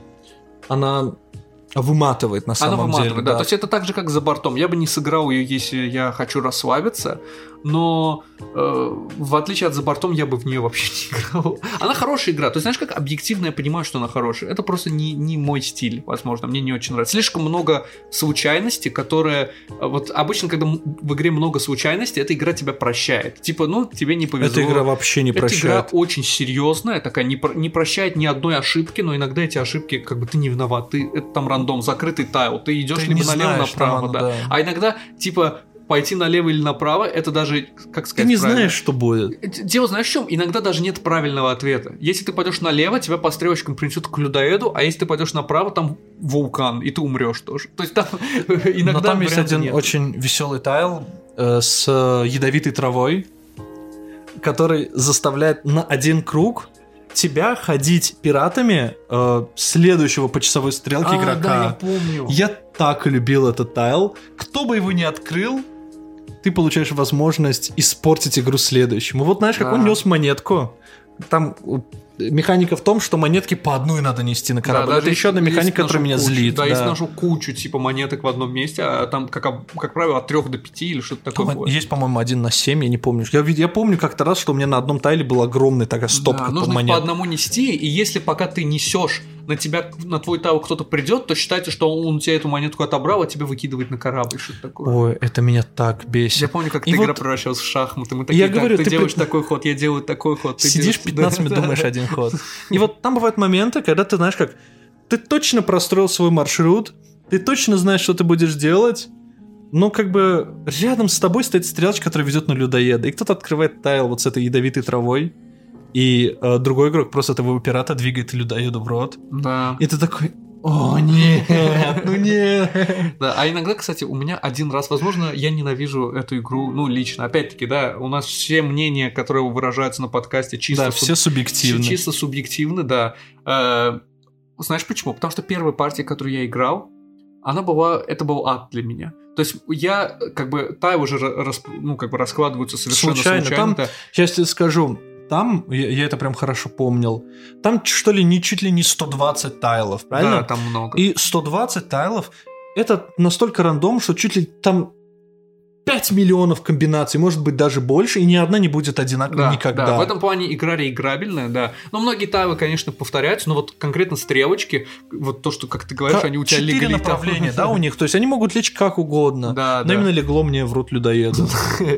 она выматывает на самом она выматывает, деле. Да. да. То есть это так же, как за бортом. Я бы не сыграл ее, если я хочу расслабиться, но э, в отличие от за бортом я бы в нее вообще не играл. Она хорошая игра. То есть, знаешь, как объективно я понимаю, что она хорошая. Это просто не, не мой стиль, возможно. Мне не очень нравится. Слишком много случайностей, которые... Вот обычно, когда в игре много случайностей, эта игра тебя прощает. Типа, ну, тебе не повезло. Эта игра вообще не прощает. Эта игра очень серьезная, такая, не, не прощает ни одной ошибки, но иногда эти ошибки, как бы, ты не виноват. Ты, это там рандом, закрытый тайл. Ты идешь ты либо налево-направо, да. да. А иногда, типа... Пойти налево или направо, это даже, как сказать, ты не правильно? знаешь, что будет. Дело, знаешь, в чем? Иногда даже нет правильного ответа. Если ты пойдешь налево, тебя по стрелочкам принесет к людоеду, а если ты пойдешь направо, там вулкан, и ты умрешь тоже. То есть там иногда. Но там есть один нет. очень веселый тайл э, с ядовитой травой, который заставляет на один круг тебя ходить пиратами э, следующего по часовой стрелке а, игрока. Да, я помню. Я так любил этот тайл. Кто бы его ни открыл, ты получаешь возможность испортить игру следующему. Вот знаешь, как да. он нес монетку. Там механика в том, что монетки по одной надо нести на корабль. Да, это еще одна механика, которая меня кучу, злит. Да, да, если нашу кучу типа монеток в одном месте, а там, как, как правило, от трех до пяти или что-то такое. Там есть, по-моему, один на семь, я не помню. Я, я помню как-то раз, что у меня на одном тайле был огромный такая стопка. Да, нужно монет. по одному нести, и если пока ты несешь, на тебя, на твой тайл кто-то придет, то считайте, что он у тебя эту монетку отобрал, а тебя выкидывает на корабль, что-то такое. Ой, это меня так бесит. Я помню, как и эта вот... игра превращалась в шахматы. Мы такие, я говорю, ты, ты делаешь п... такой ход, я делаю такой ход. Ты сидишь делаешь... пятнадцать минут, думаешь один ход. И вот там бывают моменты, когда ты знаешь, как ты точно простроил свой маршрут, ты точно знаешь, что ты будешь делать, но как бы рядом с тобой стоит стрелочка, которая ведет на людоеда, и кто-то открывает тайл вот с этой ядовитой травой, и э, другой игрок просто этого пирата двигает людоеду в рот. Да. И ты такой... О, нет, ну нет. Да, а иногда, кстати, у меня один раз, возможно, я ненавижу эту игру, ну, лично. Опять-таки, да, у нас все мнения, которые выражаются на подкасте, чисто... Да, суб... все субъективны. Чисто субъективны, да. Э, знаешь почему? Потому что первая партия, которую я играл, она была... Это был ад для меня. То есть я, как бы, тайл уже рас, ну, как бы раскладываются совершенно случайно. случайно там, да. Я тебе скажу... Там, я, я это прям хорошо помнил, там что ли не чуть ли не сто двадцать тайлов, правильно? Да, там много. И сто двадцать тайлов — это настолько рандом, что чуть ли там пять миллионов комбинаций, может быть, даже больше, и ни одна не будет одинаковой да, никогда. Да, в этом плане игра реиграбельная, да. Но многие тайлы, конечно, повторяются, но вот конкретно стрелочки, вот то, что, как ты говоришь, как они у тебя легли. Четыре направления, да, у них, то есть они могут лечь как угодно. Да, но да. именно легло мне в рот людоеда.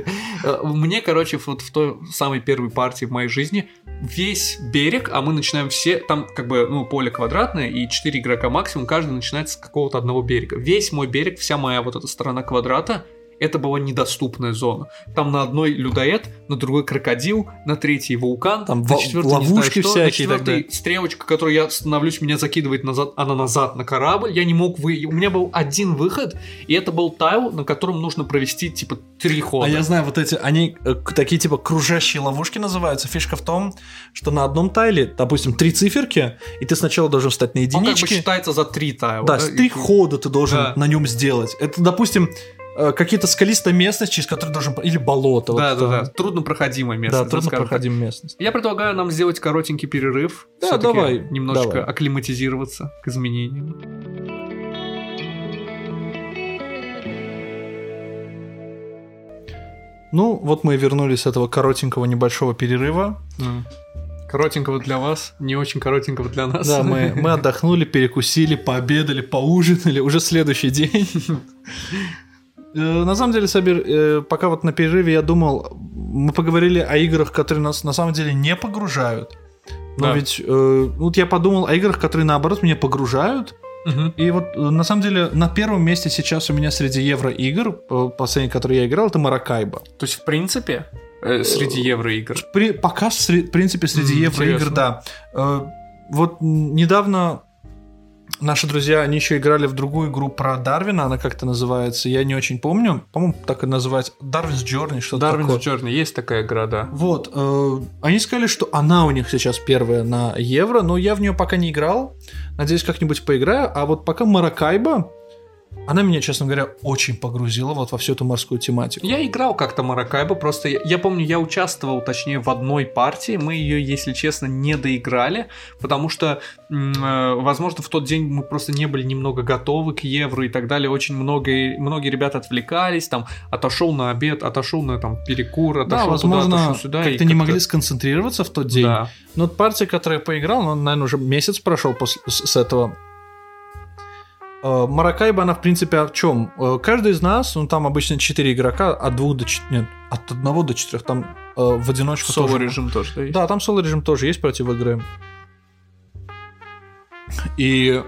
Мне, короче, вот в той самой первой партии в моей жизни весь берег, а мы начинаем все, там как бы, ну, поле квадратное, и четыре игрока максимум, каждый начинает с какого-то одного берега. Весь мой берег, вся моя вот эта сторона квадрата, это была недоступная зона. Там на одной людоед, на другой крокодил, на третьей вулкан, там на четвертой ловушки не знаю, что, всякие, на четвертой тогда. Стрелочка, которой я становлюсь, меня закидывает назад, она назад на корабль. Я не мог вы, у меня был один выход, и это был тайл, на котором нужно провести типа три хода. А я знаю, вот эти, они э, такие типа кружащие ловушки называются. Фишка в том, что на одном тайле, допустим, три циферки, и ты сначала должен встать на единички. Он как бы считается за три тайла. Да, да? с три и... хода ты должен да. на нем сделать. Это, допустим, какие-то скалистая местность, через которую должен... Или болото. Да, вот да, там. да. Труднопроходимая местность. Да, труднопроходимая местность. Я предлагаю нам сделать коротенький перерыв. Да, Всё-таки давай. Немножко давай. акклиматизироваться к изменениям. Ну, вот мы и вернулись с этого коротенького небольшого перерыва. Mm. Коротенького для вас, не очень коротенького для нас. Да, мы, мы отдохнули, перекусили, пообедали, поужинали. Уже следующий день. На самом деле, Сабир, пока вот на перерыве я думал, мы поговорили о играх, которые нас на самом деле не погружают. Но да. ведь вот я подумал о играх, которые наоборот меня погружают. Угу. И вот на самом деле на первом месте сейчас у меня среди евроигр, последний, который я играл, это Маракайбо. То есть, в принципе, э, среди евроигр? При, пока, в принципе, среди mm, евроигр, да. вот недавно наши друзья, они еще играли в другую игру про Дарвина, она как-то называется, я не очень помню, по-моему, так и называется, Darwin's Journey, что-то Darwin's такое. Journey, есть такая игра, да. Вот, э, они сказали, что она у них сейчас первая на Евро, но я в нее пока не играл, надеюсь, как-нибудь поиграю, а вот пока Маракайбо, она меня, честно говоря, очень погрузила вот во всю эту морскую тематику. Я играл как-то Маракайбо, просто я, я помню, я участвовал, точнее, в одной партии, мы ее, если честно, не доиграли, потому что, э, возможно, в тот день мы просто не были немного готовы к Евро и так далее, очень много, многие ребята отвлекались, там, отошел на обед, отошел на там перекур, отошел да, возможно, туда, отошел сюда. как-то не могли сконцентрироваться в тот день. Да. Но вот партия, которую я поиграл, ну, наверное, уже месяц прошел после, с, с этого. Маракайбо, она, в принципе, о чем? Каждый из нас, ну, там обычно четыре игрока, от двух до четырех, нет, от одного до четырех, там э, в одиночку соло тоже. режим тоже, да, есть? Да, там соло режим тоже есть против игры. И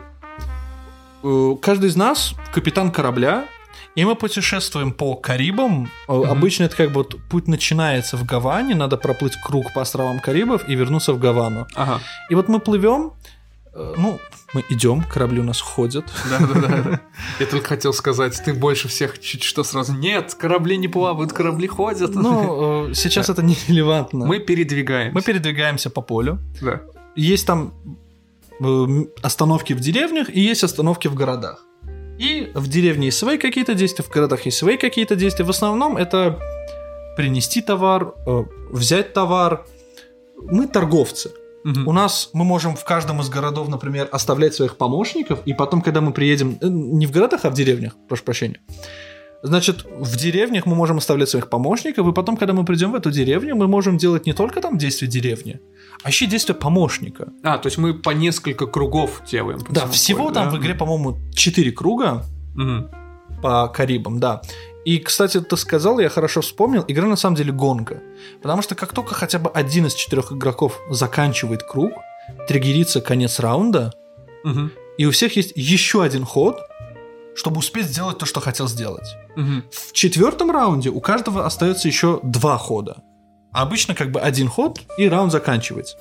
э, каждый из нас капитан корабля, и мы путешествуем по Карибам. Mm-hmm. Обычно это как бы вот путь начинается в Гаване, надо проплыть круг по островам Карибов и вернуться в Гавану. Ага. И вот мы плывем, ну, мы идем, корабли у нас ходят. Да-да-да. Я только хотел сказать, ты больше всех чуть что сразу. Нет, корабли не плавают, корабли ходят. Ну, сейчас это нерелевантно. Мы передвигаемся. Мы передвигаемся по полю. Да. Есть там остановки в деревнях и есть остановки в городах. И в деревне есть свои какие-то действия, в городах есть свои какие-то действия. В основном это принести товар, взять товар. Мы торговцы. Угу. У нас мы можем в каждом из городов, например, оставлять своих помощников, и потом, когда мы приедем, не в городах, а в деревнях, прошу прощения, значит, в деревнях мы можем оставлять своих помощников, и потом, когда мы придем в эту деревню, мы можем делать не только там действия деревни, а еще действия помощника. А, то есть мы по несколько кругов делаем. Да, всего полю, там да? в игре, по-моему, четыре круга угу. по Карибам, да. И, кстати, ты сказал, я хорошо вспомнил, игра на самом деле гонка. Потому что как только хотя бы один из четырех игроков заканчивает круг, триггерится конец раунда, угу. и у всех есть еще один ход, чтобы успеть сделать то, что хотел сделать. Угу. В четвертом раунде у каждого остается еще два хода. А обычно как бы один ход, и раунд заканчивается.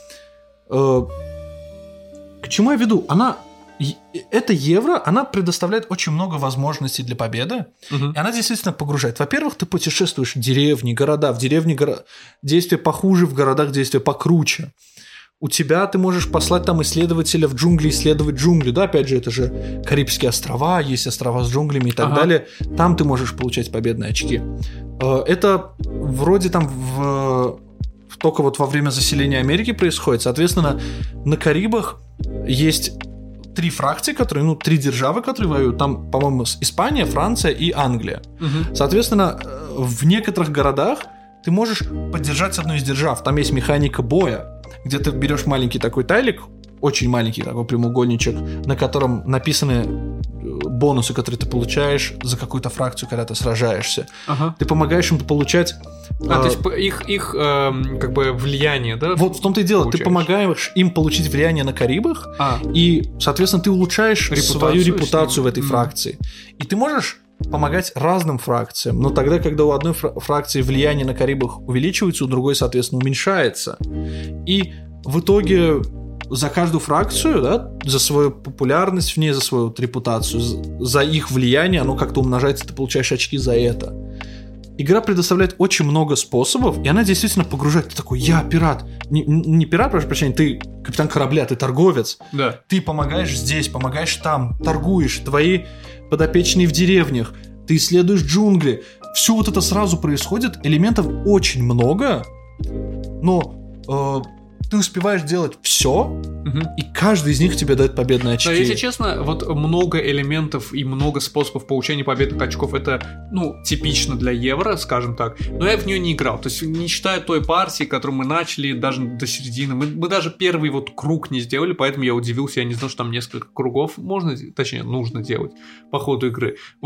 К чему я веду? Она... Эта Евро, она предоставляет очень много возможностей для победы, угу. и она действительно погружает. Во-первых, ты путешествуешь в деревни, города, в деревне горо... действия похуже, в городах действия покруче. У тебя ты можешь послать там исследователя в джунгли исследовать джунгли, да, опять же, это же Карибские острова, есть острова с джунглями и так ага. далее. Там ты можешь получать победные очки. Это вроде там в... только вот во время заселения Америки происходит. Соответственно, на Карибах есть три фракции, которые, ну, три державы, которые воюют. Там, по-моему, Испания, Франция и Англия. Угу. Соответственно, в некоторых городах ты можешь поддержать одну из держав. Там есть механика боя, где ты берешь маленький такой тайлик, очень маленький такой прямоугольничек, на котором написаны бонусы, которые ты получаешь за какую-то фракцию, когда ты сражаешься. Ага. Ты помогаешь им получать... А, э, то есть их, их э, как бы влияние, да? Вот в том-то и дело. Получаешь. Ты помогаешь им получить влияние на Карибах, а. и, соответственно, ты улучшаешь репутацию свою репутацию в этой mm. фракции. И ты можешь помогать разным фракциям, но тогда, когда у одной фра- фракции влияние на Карибах увеличивается, у другой, соответственно, уменьшается. И в итоге... за каждую фракцию, да, за свою популярность в ней, за свою вот репутацию, за их влияние, оно как-то умножается, ты получаешь очки за это. Игра предоставляет очень много способов, и она действительно погружает. Ты такой, я пират. Не, не пират, прошу прощения, ты капитан корабля, ты торговец. Да. Ты помогаешь здесь, помогаешь там, торгуешь, твои подопечные в деревнях, ты исследуешь джунгли. Все вот это сразу происходит, элементов очень много, но... Э, ты успеваешь делать все, угу. и каждый из них тебе дает победные очки. Но, если честно, вот много элементов и много способов получения победных очков, это, ну, типично для Евро, скажем так, но я в нее не играл, то есть не считая той партии, которую мы начали даже до середины, мы, мы даже первый вот круг не сделали, поэтому я удивился, я не знал, что там несколько кругов можно, точнее, нужно делать по ходу игры, вот.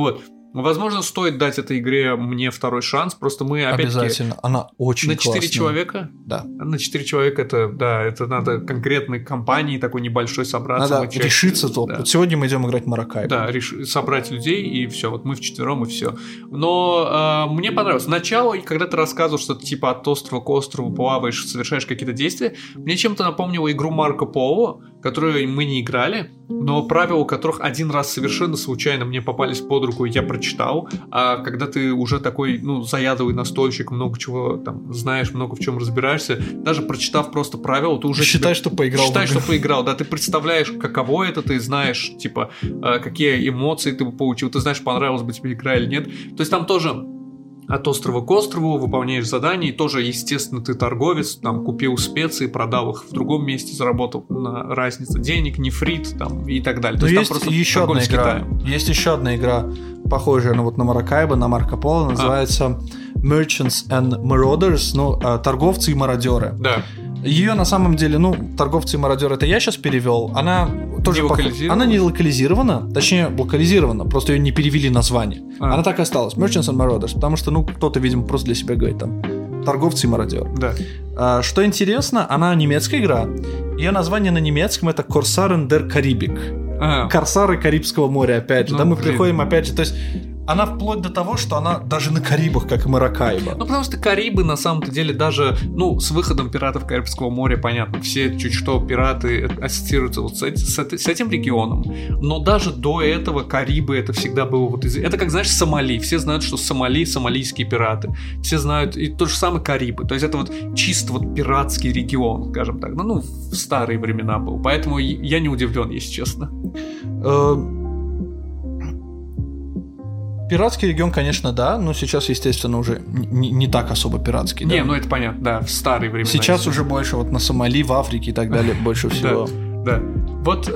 Возможно, стоит дать этой игре мне второй шанс, просто мы опять-таки... Обязательно, она очень классная. На четыре классная. человека? Да. На четыре человека это, да, это надо конкретной компании такой небольшой собраться. Надо начать, решиться. Да. Вот сегодня мы идем играть в Маракайбо. Да, реш... собрать людей, и все, вот мы вчетвером, и все. Но э, мне понравилось. Начало, и когда ты рассказывал, что ты типа от острова к острову плаваешь, совершаешь какие-то действия, мне чем-то напомнило игру Марко Поло, которую мы не играли, но правила которых один раз совершенно случайно мне попались под руку, и я прочитал. А когда ты уже такой, ну, заядлый настольщик, много чего там знаешь, много в чем разбираешься, даже прочитав просто правила, ты уже... Считай, что поиграл. Считай, что поиграл, да, ты представляешь, каково это, ты знаешь, типа, какие эмоции ты получил, ты знаешь, понравилась бы тебе игра или нет. То есть там тоже... От острова к острову выполняешь задания, и тоже, естественно, ты торговец, там, купил специи, продал их в другом месте, заработал на разницу денег, нефрит, там, и так далее. Но То есть, есть, есть еще одна игра, есть еще одна игра, похожая на, вот, на Маракайбо, на Марко Поло, называется а. Merchants and Marauders, ну, торговцы и мародеры. Да. Ее на самом деле, ну, торговцы и мародеры, это я сейчас перевел. Она тоже не пох... Она не локализирована, точнее, локализирована, просто ее не перевели название. А. Она так и осталась. Merchants and Marauders, потому что, ну, кто-то, видимо, просто для себя говорит там торговцы и мародеры. Да. А, что интересно, она немецкая игра. Ее название на немецком это Corsaren der Karibik. А. Корсары Карибского моря, опять же. Ну, да, мы блин. приходим, опять же, то есть она вплоть до того, что она даже на Карибах, как и Маракайбо. Ну, потому что Карибы, на самом-то деле, даже, ну, с выходом пиратов Карибского моря, понятно, все чуть что пираты ассоциируются вот с, эти, с, с этим регионом, но даже до этого Карибы это всегда было вот из... Это как, знаешь, Сомали, все знают, что Сомали, сомалийские пираты, все знают, и то же самое Карибы, то есть это вот чисто вот пиратский регион, скажем так, ну, ну в старые времена был, поэтому я не удивлен, если честно. Пиратский регион, конечно, да, но сейчас, естественно, уже не, не так особо пиратский. Не, да? ну это понятно, да, в старые времена. Сейчас уже больше вот на Сомали, в Африке и так далее, больше всего. Да, да. Вот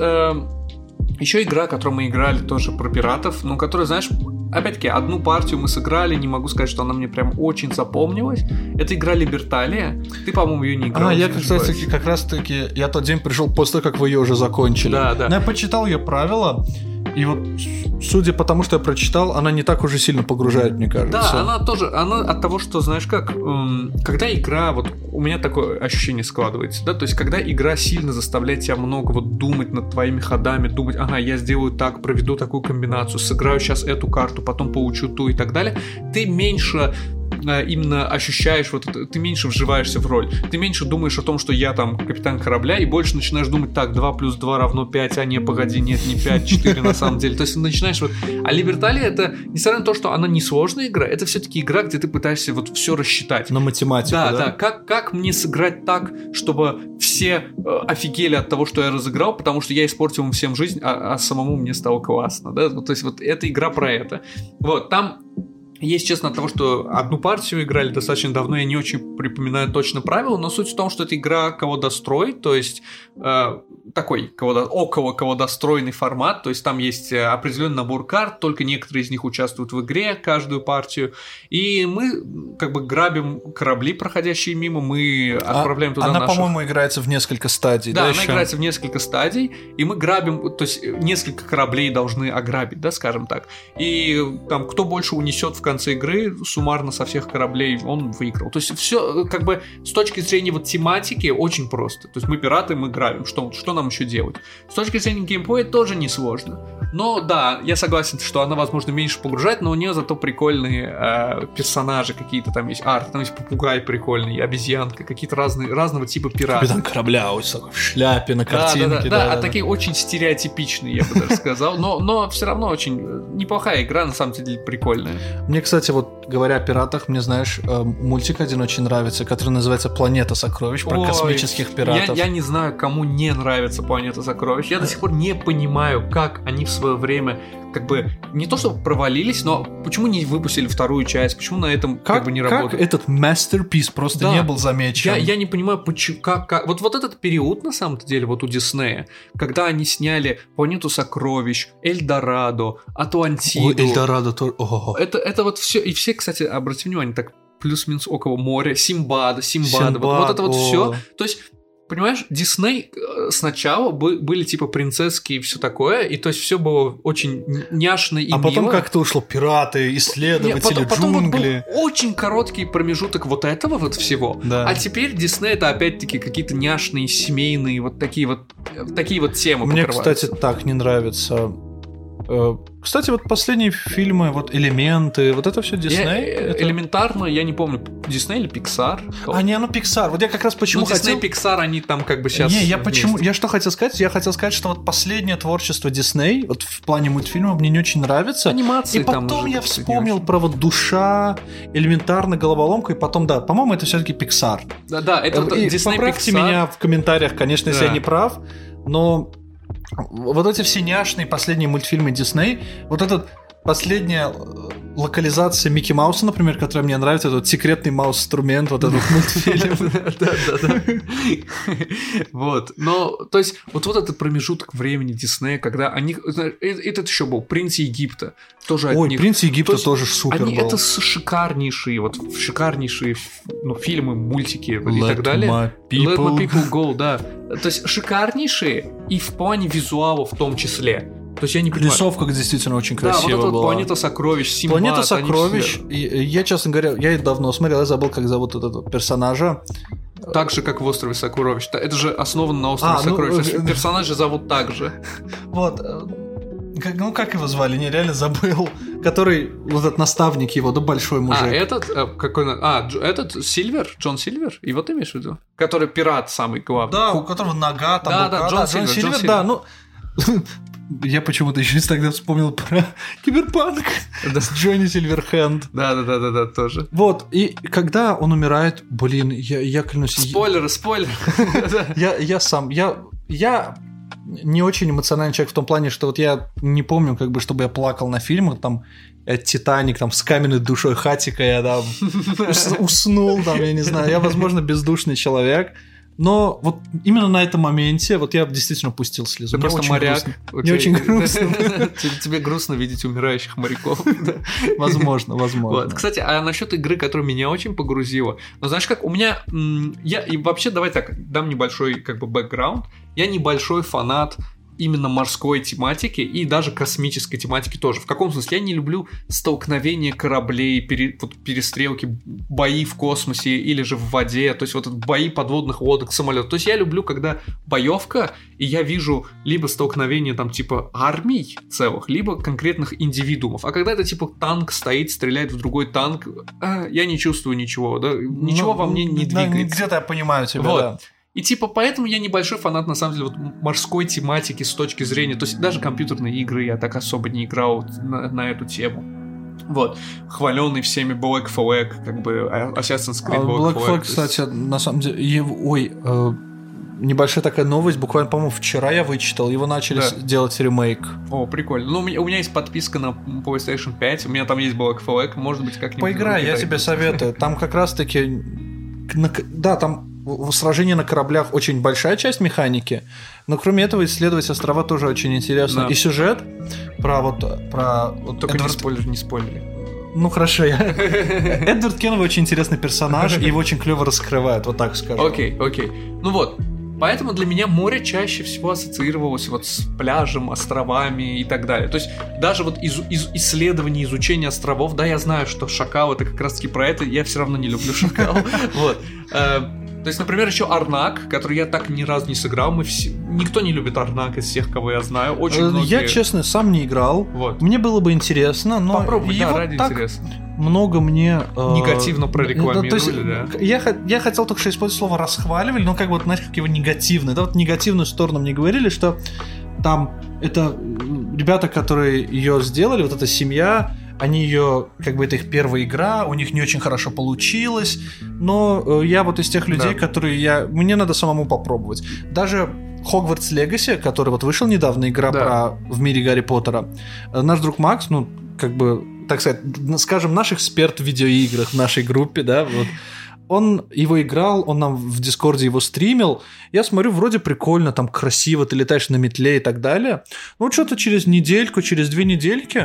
еще игра, которую мы играли тоже про пиратов, ну, которая, знаешь, опять-таки, одну партию мы сыграли, не могу сказать, что она мне прям очень запомнилась. Это игра Либерталия. Ты, по-моему, ее не играл. А, я, кстати, как раз-таки, я тот день пришел после того, как вы ее уже закончили. Да, да. Но я почитал ее правила. И вот, судя по тому, что я прочитал, она не так уже сильно погружает, мне кажется. Да, она тоже, она от того, что, знаешь как, эм, когда игра, вот у меня такое ощущение складывается, да, то есть когда игра сильно заставляет тебя много вот думать над твоими ходами, думать, ага, я сделаю так, проведу такую комбинацию, сыграю сейчас эту карту, потом получу ту и так далее, ты меньше... именно ощущаешь, вот это, ты меньше вживаешься в роль, ты меньше думаешь о том, что я там капитан корабля, и больше начинаешь думать, так, два плюс два равно пять, а не, погоди, нет, не пять, четыре на самом деле, то есть начинаешь вот, а Либерталия это, несмотря на то, что она не сложная игра, это все-таки игра, где ты пытаешься вот все рассчитать. На математику, да? Да, да, как, как мне сыграть так, чтобы все э, офигели от того, что я разыграл, потому что я испортил им всем жизнь, а, а самому мне стало классно, да, то есть вот эта игра про это. Вот, там есть, честно, от того, что одну партию играли достаточно давно, я не очень припоминаю точно правила, но суть в том, что это игра колодострой, то есть э, такой колодо... около колодостроенный формат, то есть там есть определенный набор карт, только некоторые из них участвуют в игре, каждую партию, и мы как бы грабим корабли, проходящие мимо, мы отправляем а, туда она, наших... по-моему, играется в несколько стадий, да? Да, Да, она еще? играется в несколько стадий, и мы грабим, то есть несколько кораблей должны ограбить, да, скажем так, и там кто больше унесет в конце игры суммарно со всех кораблей он выиграл. То есть все как бы с точки зрения вот тематики очень просто. То есть мы пираты, мы грабим. Что, что нам еще делать? С точки зрения геймплея тоже несложно. Но да, я согласен, что она, возможно, меньше погружает, но у нее зато прикольные э, персонажи какие-то там есть. Арт, там есть попугай прикольный, обезьянка, какие-то разные, разного типа пираты. Капитан корабля в шляпе, на картинке. Да, да, да, да, да, да, а да. такие очень стереотипичные, я бы даже сказал. Но, но все равно очень неплохая игра, на самом деле прикольная. Мне, кстати, вот говоря о пиратах, мне, знаешь, мультик один очень нравится, который называется «Планета сокровищ», про Ой, космических пиратов. Я, я не знаю, кому не нравится «Планета сокровищ». Я до сих пор не понимаю, как они в свое время как бы не то чтобы провалились, но почему не выпустили вторую часть, почему на этом как, как бы не работает. Как этот masterpiece просто да. не был замечен. Я, я не понимаю, почему, как, как... Вот, вот этот период, на самом-то деле, вот у Диснея, когда они сняли «Планету сокровищ», «Эльдорадо», «Атлантиду». Ой, «Эльдорадо» тоже... Это, это вот все, и все, кстати, обратите внимание, так плюс-минус около моря, Симбада, Симбада, Симбад, вот, вот это вот о. все. То есть, понимаешь, Дисней сначала были типа принцесски и все такое, и то есть все было очень няшно и а мило. А потом как-то ушло пираты, исследователи, Нет, потом, потом джунгли. Вот был очень короткий промежуток вот этого вот всего. Да. А теперь Дисней это опять-таки какие-то няшные, семейные, вот такие вот такие вот темы. Мне, покрываются. кстати, так не нравится. Кстати, вот последние фильмы, вот «Элементы», вот это все Дисней? Я, это... Элементарно, я не помню, Дисней или Pixar? А, не, ну Pixar. Вот я как раз почему ну, хотел... Дисней, Pixar, они там как бы сейчас Не, я вместе. почему... Я что хотел сказать? Я хотел сказать, что вот последнее творчество Дисней, вот в плане мультфильмов, мне не очень нравится. Анимации и потом там я вспомнил про вот «Душа», «Элементарно», «Головоломка», и потом, да, по-моему, это все-таки Pixar. Да, да, это и Disney, поправьте Pixar. меня в комментариях, конечно, если да. я не прав, но... Вот эти все няшные последние мультфильмы Дисней, вот этот последняя локализация Микки Мауса, например, которая мне нравится, этот секретный маус-инструмент, вот этот мультфильм. Да-да-да. Вот. Но, то есть, вот вот этот промежуток времени Диснея, когда они... Этот еще был «Принц Египта». Тоже от Ой, них. «Принц Египта» тоже супер был. Они это шикарнейшие, вот шикарнейшие ну, фильмы, мультики и так далее. Let my people go, да. То есть, шикарнейшие и в плане визуала в том числе. То есть я не понимаю. Рисовка действительно очень красивая да, вот была. Вот «Планета сокровищ», «Симбад». «Планета сокровищ». И, я, честно говоря, я давно смотрел, я забыл, как зовут этого персонажа. Так же, как в «Острове сокровищ». Это же основано на «Острове а, сокровищ». Ну, персонажа зовут так же. Вот. Ну, как его звали? Не, реально забыл. Который, вот этот наставник его, да, большой мужик. А, этот? Какой? А, этот Сильвер? Джон Сильвер? Его ты имеешь в виду? Который пират самый главный. Да, у которого нога там. Да, да, Джон Сильвер. Джон Сильвер, да, ну... Я почему-то еще тогда вспомнил про Киберпанк да. с Джонни Сильверхенд. Да-да-да-да, тоже. Вот, и когда он умирает, блин, я, я клянусь... Спойлеры, спойлеры. я, я сам, я, я не очень эмоциональный человек в том плане, что вот я не помню, как бы, чтобы я плакал на фильмах, там, «Титаник», там, с каменной душой Хатика я там уснул, там, я не знаю, я, возможно, бездушный человек. Но вот именно на этом моменте вот я действительно пустил слезу. Ты просто моряк. Мне очень грустно. Тебе грустно видеть умирающих моряков. Возможно, возможно. Кстати, а насчет игры, которая меня очень погрузила. Ну, знаешь как, у меня... я и вообще, давай так, дам небольшой как бы бэкграунд. Я небольшой фанат именно морской тематики и даже космической тематики тоже. В каком смысле? Я не люблю столкновения кораблей, пере, вот, перестрелки, бои в космосе или же в воде, то есть вот бои подводных лодок, самолетов. То есть я люблю, когда боевка, и я вижу либо столкновение там типа армий целых, либо конкретных индивидуумов. А когда это типа танк стоит, стреляет в другой танк, а, я не чувствую ничего, да? Ничего ну, во мне не да, двигается. Где-то я понимаю тебя, вот. Да. И типа поэтому я небольшой фанат, на самом деле, вот морской тематики с точки зрения, то есть даже компьютерные игры я так особо не играл на, на эту тему. Вот. Хваленый всеми Black Flag, как бы Assassin's Creed Black, Black Flag, кстати, на самом деле, его, ой, э, небольшая такая новость, буквально, по-моему, вчера я вычитал, его начали да. делать ремейк. О, прикольно. Ну, у меня, у меня есть подписка на PlayStation пять, у меня там есть Black Flag, может быть, как-нибудь... Поиграй, я тебе советую. Там как раз-таки... Да, там сражение на кораблях очень большая часть механики, но кроме этого исследовать острова тоже очень интересно. Да. И сюжет про вот... Про, вот Только Эдвард... не спойлер, не спойлери. Ну хорошо, я... Эдвард Кеннеди очень интересный персонаж, и его очень клево раскрывают, вот так скажу. Окей, окей. Ну вот, поэтому для меня море чаще всего ассоциировалось вот с пляжем, островами и так далее. То есть даже вот из, из исследование, изучение островов, да, я знаю, что шакал это как раз-таки про это, я все равно не люблю шакал. Вот. То есть, например, еще Арнак, который я так ни разу не сыграл. Мы все... Никто не любит Арнак из всех, кого я знаю. Очень многие... Я, честно, сам не играл. Вот. Мне было бы интересно, но попробуй, его да, ради так интереса. Много мне... Э... Негативно прорекламировали, да, есть, да? Я, я хотел только что использовать слово «расхваливали», но как бы, знаешь, как его негативный. Да, вот негативную сторону мне говорили, что там это ребята, которые ее сделали, вот эта семья... Они ее, как бы это их первая игра, у них не очень хорошо получилось, но я вот из тех людей, да. которые я... Мне надо самому попробовать. Даже Hogwarts Legacy, который вот вышел недавно, игра да. про в мире Гарри Поттера, наш друг Макс, ну, как бы, так сказать, скажем, наш эксперт в видеоиграх в нашей группе, да, вот, он его играл, он нам в Дискорде его стримил. Я смотрю, вроде прикольно, там красиво, ты летаешь на метле и так далее. Ну, что-то через недельку, через две недельки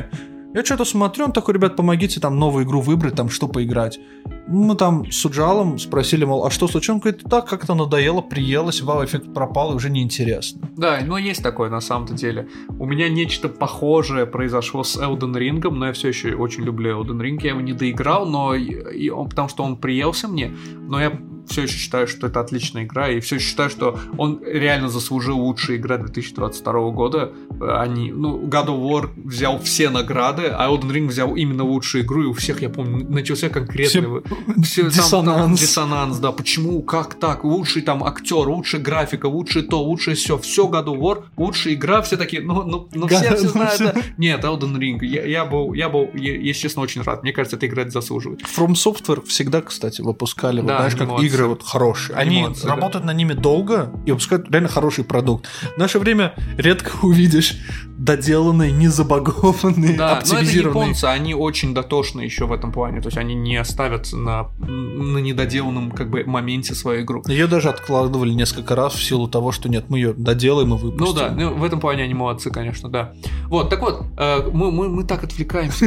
Я что-то смотрю, он такой, ребят, помогите там новую игру выбрать, там что поиграть. Мы там с Уджалом спросили, мол, а что случилось? Он говорит, так как-то надоело, приелось, вау-эффект пропал, и уже неинтересно. Да, но есть такое на самом-то деле. У меня нечто похожее произошло с Elden Ring, но я все еще очень люблю Elden Ring. Я его не доиграл, но и он, потому что он приелся мне, но я все еще считаю, что это отличная игра, и все еще считаю, что он реально заслужил лучшие игры две тысячи двадцать второго года. Они, ну, God of War взял все награды, а Elden Ring взял именно лучшую игру, и у всех, я помню, начался конкретный все... диссонанс. Там, там, диссонанс, да, почему, как так, лучший там актер, лучшая графика, лучшее то, лучшее все, все God of War, лучшая игра, все такие, ну, ну, ну все, все знают, да. Нет, Elden Ring, я, я был, я был, если честно, очень рад, мне кажется, эта игра заслуживает. From Software всегда, кстати, выпускали, да, вот, знаешь, как игры вот хорошие. Они молодцы, работают да. на ними долго и выпускают реально хороший продукт. В наше время редко увидишь доделанные, не забагованные, да, оптимизированные. Но это японцы, они очень дотошны еще в этом плане, то есть они не оставят на, на недоделанном как бы моменте свою игру. Ее даже откладывали несколько раз в силу того, что нет, мы ее доделаем и выпустим. Ну да, ну, в этом плане они молодцы, конечно, да. Вот, так вот, э, мы, мы, мы так отвлекаемся.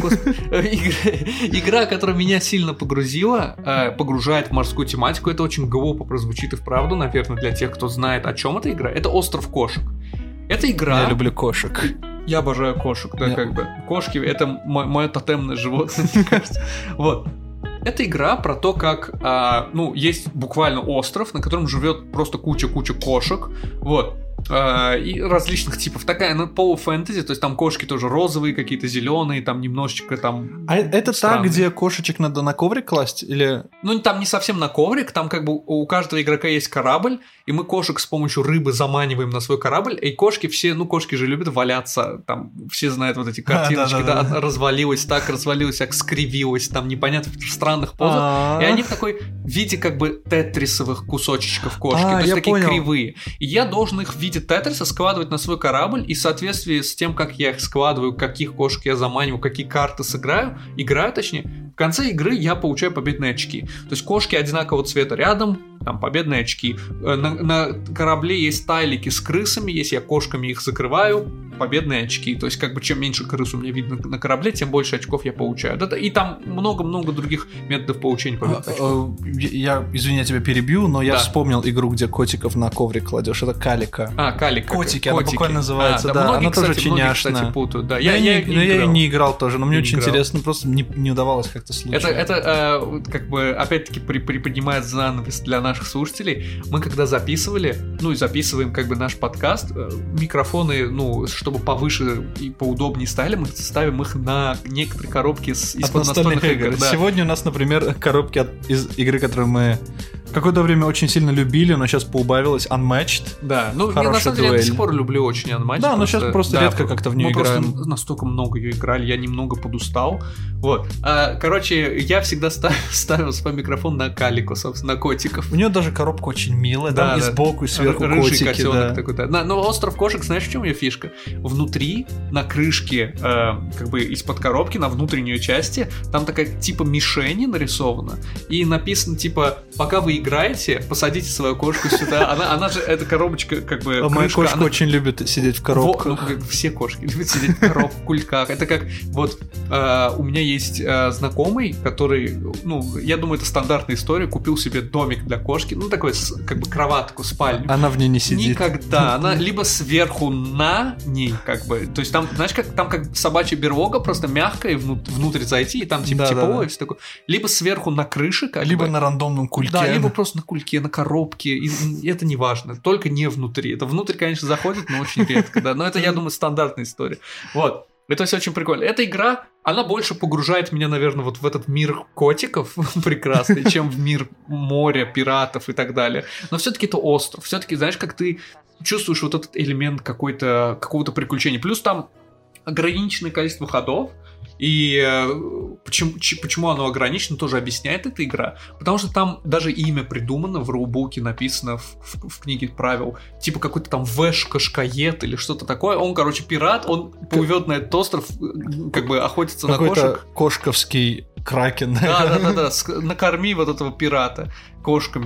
Игра, которая меня сильно погрузила, э, погружает в морскую тематику, это очень глупо прозвучит и вправду, наверное, для тех, кто знает, о чем эта игра, это «Остров кошек». Это игра... Я люблю кошек. Я обожаю кошек, да, Я... как бы. Кошки — это мое тотемное животное, мне кажется. Вот. Это игра про то, как, а, ну, есть буквально остров, на котором живет просто куча-куча кошек, вот, а, и различных типов. Такая, ну, полуфэнтези, то есть там кошки тоже розовые, какие-то зеленые, там немножечко там... А это странные. та, где кошечек надо на коврик класть, или... Ну, там не совсем на коврик, там как бы у каждого игрока есть корабль, и мы кошек с помощью рыбы заманиваем на свой корабль, и кошки все, ну, кошки же любят валяться, там, все знают вот эти картиночки, да, развалилась так, развалилась так, скривилась, там, непонятно, в странных позах, и они в такой виде как бы тетрисовых кусочечков кошки, то есть такие кривые, и я должен их в виде тетриса складывать на свой корабль, и в соответствии с тем, как я их складываю, каких кошек я заманиваю, какие карты сыграю, играю, точнее, в конце игры я получаю победные очки, то есть кошки одинакового цвета рядом, там победные очки. На, на корабле есть тайлики с крысами, если я кошками их закрываю, победные очки. То есть, как бы, чем меньше крыс у меня видно на корабле, тем больше очков я получаю. И там много-много других методов получения победных очков. Я, извини, я тебя перебью, но я да. вспомнил игру, где котиков на коврик кладешь. Это Калика. А, Калика. Котики, Котики. она буквально называется. А, да, да, многие, она тоже кстати, многие, чиняшная. Кстати, путают. Да, я, я, я, я, не но я играл. не играл тоже, но мне не очень играл. интересно, просто не, не удавалось как-то случайно. Это, это э, как бы, опять-таки, при, приподнимает занавес для наших слушателей. Мы когда записывали, ну и записываем как бы наш подкаст, микрофоны, ну, чтобы повыше и поудобнее стали, мы ставим их на некоторые коробки из, из-под настольных игр. игр да. Сегодня у нас, например, коробки от, из игры, которую мы какое-то время очень сильно любили, но сейчас поубавилось, Unmatched. Да, ну я, на самом деле я до сих пор люблю очень Unmatched. Да, но сейчас просто да, редко как-то в нее мы играем. Мы просто настолько много ее играли, я немного подустал. Вот. А, короче, я всегда ставил, ставил свой микрофон на Калику, собственно, на котиков. У нее даже коробка очень милая, да, да, и сбоку, и сверху рыжий котики. котенок да. такой, да. На, но остров кошек, знаешь, в чем ее фишка? Внутри, на крышке, э, как бы из-под коробки, на внутренней части, там такая типа мишени нарисована, и написано типа, пока вы играете, посадите свою кошку сюда. Она, она же, эта коробочка, как бы, а моя кошка она... очень любит сидеть в коробках. Во, ну, все кошки любят сидеть в коробках, в кульках. Это как, вот, э, у меня есть э, знакомый, который, ну, я думаю, это стандартная история, купил себе домик для кошки, ну, такой, как бы, кроватку, спальню. Она в ней не сидит. Никогда. Она либо сверху на ней, как бы, то есть там, знаешь, как там как собачья берлога, просто мягкая, внутрь, внутрь зайти, и там, типа, да, тепло, да, да. и все такое. Либо сверху на крыше, как либо бы. на рандомном кульке. Да, либо просто на кульке, на коробке, и, и это не важно, только не внутри. Это внутрь, конечно, заходит, но очень редко, да, но это, я думаю, стандартная история. Вот. Это все очень прикольно. Эта игра, она больше погружает меня, наверное, вот в этот мир котиков прекрасный, чем в мир моря, пиратов и так далее. Но все-таки это остров. Все-таки, знаешь, как ты чувствуешь вот этот элемент какой-то, какого-то приключения. Плюс там ограниченное количество ходов. И э, почему, ч, почему оно ограничено, тоже объясняет эта игра. Потому что там даже имя придумано, в рулбуке написано в, в, в книге правил. Типа какой-то там Вэш-кашкаед или что-то такое. Он, короче, пират, он плывет на этот остров, как бы охотится на кошек. Какой-то кошковский кракен. Да-да-да, накорми вот этого пирата кошками.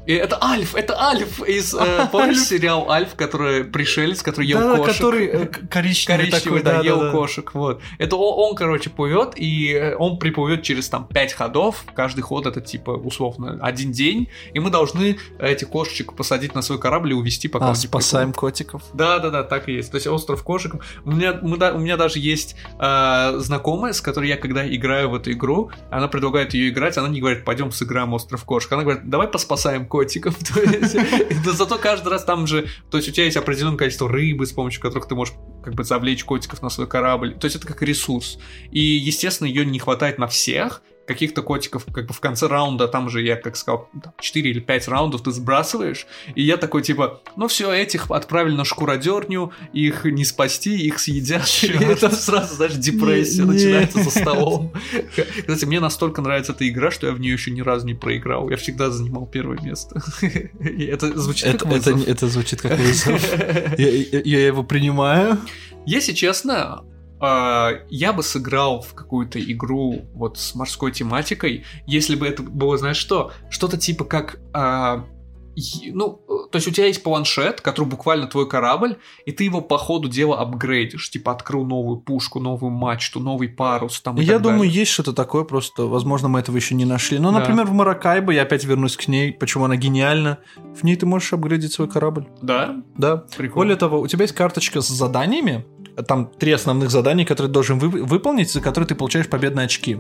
И это Альф, это Альф из, э, помнишь сериал Альф, который пришелец, который ел да, кошек? который э, коричневый, коричневый, такой, да, да, ел да, кошек, вот. Это он, он, короче, плывет, и он приплывет через там пять ходов, каждый ход это типа условно один день, и мы должны этих кошечек посадить на свой корабль и увезти, пока а, он не спасаем приплывет. котиков. Да, да, да, так и есть. То есть остров кошек. У меня, мы, да, у меня даже есть э, знакомая, с которой я когда играю в эту игру, она предлагает ее играть, она не говорит, пойдем сыграем остров кошек, она говорит, давай поспасаем котиков. Но зато каждый раз там же, то есть у тебя есть определенное количество рыбы, с помощью которых ты можешь как бы завлечь котиков на свой корабль. То есть это как ресурс. И, естественно, ее не хватает на всех. Каких-то котиков, как бы в конце раунда, там же я, как сказал, четыре или пять раундов ты сбрасываешь, и я такой, типа, ну все, этих отправили на шкуродерню, их не спасти, их съедят, и это сразу, знаешь, депрессия начинается за столом. Кстати, мне настолько нравится эта игра, что я в нее еще ни разу не проиграл, я всегда занимал первое место. Это звучит как вызов. Это звучит как вызов. Я его принимаю. Если честно... Uh, я бы сыграл в какую-то игру вот с морской тематикой, если бы это было, знаешь что, что-то типа как, uh, е- ну, то есть у тебя есть планшет, который буквально твой корабль, и ты его по ходу дела апгрейдишь, типа открыл новую пушку, новую мачту, новый парус, там и Я так думаю, далее. Есть что-то такое, просто, возможно, мы этого еще не нашли. Ну, например, да. В Маракайбо, я опять вернусь к ней, почему она гениальна, в ней ты можешь апгрейдить свой корабль. Да? Да. Прикольно. Более того, у тебя есть карточка с заданиями, там три основных задания, которые ты должен вы- выполнить, за которые ты получаешь победные очки.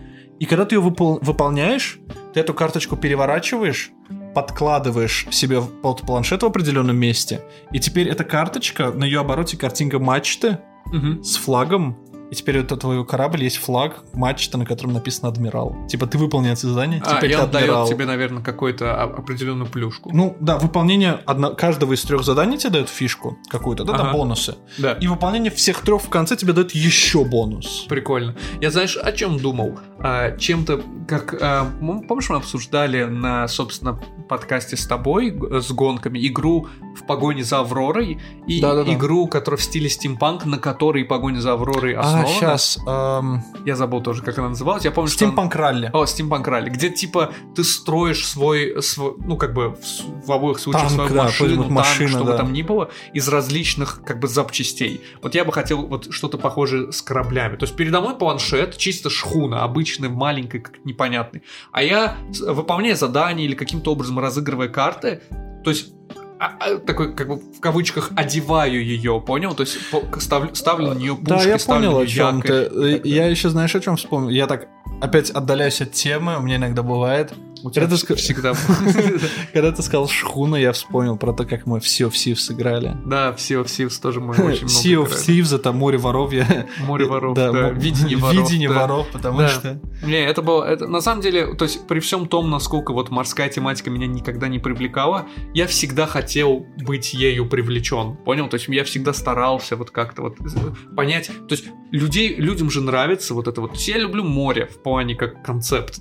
И когда ты ее выпол- выполняешь, ты эту карточку переворачиваешь, подкладываешь себе под планшет в определенном месте, и теперь эта карточка, на ее обороте картинка мачты угу. с флагом, и теперь вот у твоего корабля есть флаг, мачта, на котором написано «Адмирал». Типа ты выполнил это задание, а, теперь и ты он адмирал. дает тебе, наверное, какую-то определенную плюшку. Ну, да, выполнение одно... каждого из трех заданий тебе дает фишку какую-то, да, ага. там бонусы. Да. И выполнение всех трех в конце тебе дает еще бонус. Прикольно. Я, знаешь, о чем думал? А, чем-то, как... А, помнишь, мы обсуждали на, собственно, подкасте с тобой, с гонками, игру «В погоне за Авророй» и Да-да-да. игру, которая в стиле стимпанк, на которой «Погоня за Авророй» основана. А, сейчас... Эм... Я забыл тоже, как она называлась. Я помню, Стимпанк что... ралли. О, Стимпанк ралли. Где, типа, ты строишь свой... свой ну, как бы, в, в обоих случаях танк, свою да, машину, танк, машина, что бы да. там ни было, из различных, как бы, запчастей. Вот я бы хотел вот что-то похожее с кораблями. То есть передо мной планшет, чисто шхуна, обычный, маленький, как непонятный. А я, выполняя задания или каким-то образом разыгрывая карты, то есть А, а, такой, как бы, в кавычках, одеваю ее, понял? То есть ставлю, ставлю на нее пушки, да, я ставлю понял, на о чем якорь. ты. Я еще, знаешь, о чем вспомнил? Я так опять отдаляюсь от темы, у меня иногда бывает. У тебя когда ты всегда Когда ты сказал шхуна, я вспомнил про то, как мы в Sea of Thieves сыграли. Да, в Sea of Thieves тоже мы очень много играли. Sea of Thieves — это море воров. Море воров, да, видение воров. Видение воров, потому что... Не, это было... На самом деле, то есть при всем том, насколько вот морская тематика меня никогда не привлекала, я всегда хотел быть ею привлечен, понял? То есть я всегда старался вот как-то вот понять... То есть людей, людям же нравится вот это вот... То есть я люблю море в плане как концепт.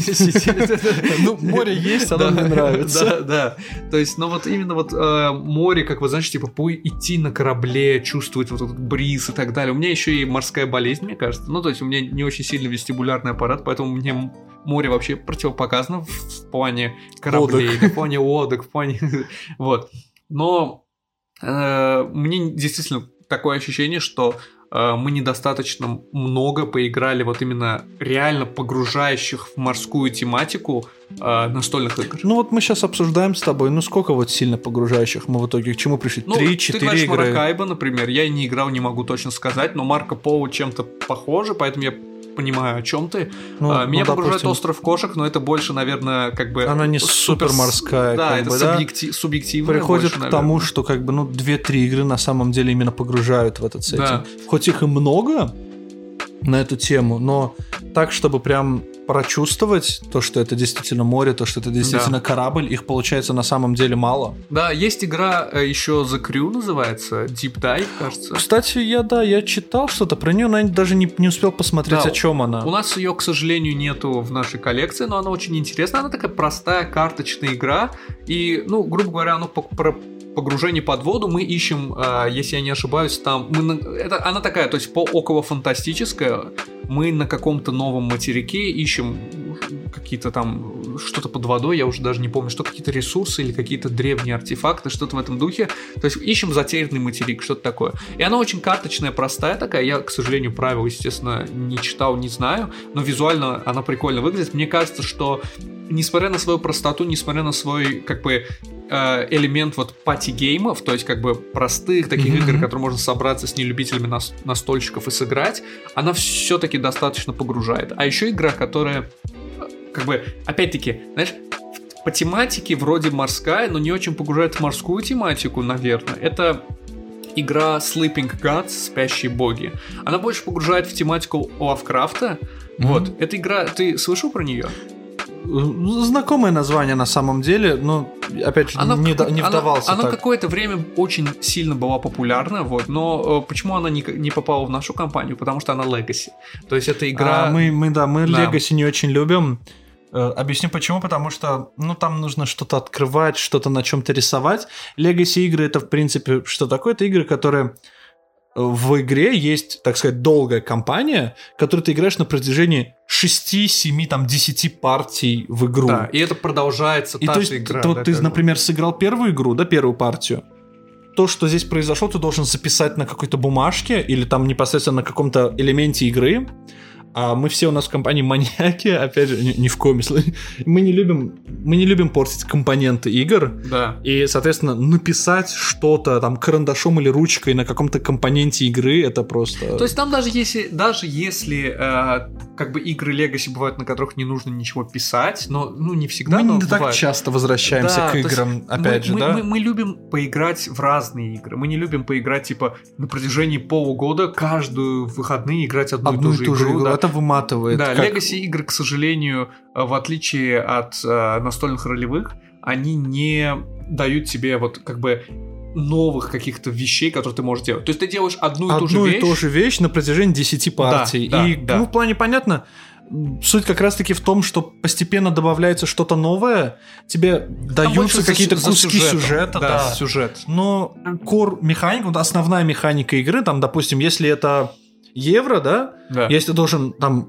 Ну, море есть, оно мне нравится. Да, да. То есть, ну вот именно вот э, море, как вы знаете, типа идти на корабле, чувствовать вот этот бриз и так далее. У меня еще и морская болезнь, мне кажется. Ну, то есть у меня не очень сильный вестибулярный аппарат, поэтому мне море вообще противопоказано в, в плане кораблей, лодок. В плане лодок, в плане... Вот. Но э, мне действительно такое ощущение, что мы недостаточно много поиграли вот именно реально погружающих в морскую тематику э, настольных игр. Ну вот мы сейчас обсуждаем с тобой, ну сколько вот сильно погружающих мы в итоге к чему пришли? Три-четыре игры. Маракайбо, например, я не играл, не могу точно сказать, но Марко Поло чем-то похоже, поэтому я понимаю, о чем ты. Ну, а, меня ну, погружает допустим... остров кошек, но это больше, наверное, как бы... Она не супер морская. Да, это бы, субъекти... да? субъективно. Приходит больше, к тому, что как бы, ну, две-три игры на самом деле именно погружают в этот сеттинг. Да. Хоть их и много на эту тему, но так, чтобы прям прочувствовать то, что это действительно море, то, что это действительно да. корабль, их получается на самом деле мало. Да, есть игра еще The Crew называется, Deep Dive, кажется. Кстати, я, да, я читал что-то про нее, но я даже не, не успел посмотреть, да, о чем она. У нас ее, к сожалению, нету в нашей коллекции, но она очень интересная, она такая простая карточная игра, и, ну, грубо говоря, оно про погружение под воду мы ищем, э, если я не ошибаюсь, там мы на, это, она такая, то есть по около фантастическая. Мы на каком-то новом материке ищем какие-то там что-то под водой, я уже даже не помню, что какие-то ресурсы или какие-то древние артефакты, что-то в этом духе. То есть ищем затерянный материк, что-то такое. И она очень карточная, простая такая. Я, к сожалению, правил, естественно, не читал, не знаю, но визуально она прикольно выглядит. Мне кажется, что несмотря на свою простоту, несмотря на свой, как бы, элемент вот пати-геймов, то есть как бы простых таких mm-hmm. игр, которые можно собраться с нелюбителями нас- настольщиков и сыграть, она все-таки достаточно погружает. А еще игра, которая, как бы, опять-таки, знаешь, по тематике вроде морская, но не очень погружает в морскую тематику, наверное. Это игра Sleeping Gods, Спящие боги. Она больше погружает в тематику Лавкрафта. Mm-hmm. Вот, эта игра, ты слышал про нее? Знакомое название на самом деле, но опять же она, не, не вдавался. Она, она так. какое-то время очень сильно была популярна, вот, но э, почему она не, не попала в нашу компанию? Потому что она Legacy. То есть это игра. А, мы, мы да, мы да. Legacy не очень любим. Э, объясню почему, потому что ну там нужно что-то открывать, что-то на чем-то рисовать. Legacy игры это в принципе что такое? Это игры, которые в игре есть, так сказать, долгая кампания, которую ты играешь на протяжении шести, семи, там, десяти партий в игру. Да, и это продолжается и та то же есть, игра. То, да, ты, как... например, сыграл первую игру, да, первую партию. То, что здесь произошло, ты должен записать на какой-то бумажке или там непосредственно на каком-то элементе игры. А мы все у нас в компании маньяки, опять же, ни, ни в коем случае. Мы не любим, мы не любим портить компоненты игр. Да. И, соответственно, написать что-то там карандашом или ручкой на каком-то компоненте игры, это просто... То есть там даже если, даже если э, как бы игры Legacy бывают, на которых не нужно ничего писать, но ну не всегда, мы но не так бывает. Часто возвращаемся да, к играм, опять мы, же, мы, да? Мы, мы любим поиграть в разные игры. Мы не любим поиграть, типа, на протяжении полугода каждую выходные играть одну, одну и ту же игру. игру да. Это выматывает. Да, как... Legacy игры, к сожалению, в отличие от э, настольных ролевых, они не дают тебе вот как бы новых каких-то вещей, которые ты можешь делать. То есть ты делаешь одну и одну ту же вещь. Одну и ту же вещь на протяжении десяти партий. Да, и да, ну, да. в плане понятно. Суть как раз-таки в том, что постепенно добавляется что-то новое, тебе там даются какие-то за, куски за сюжета, да, да. сюжет. Но core механика, вот основная механика игры, там, допустим, если это евро, да, да. если ты должен там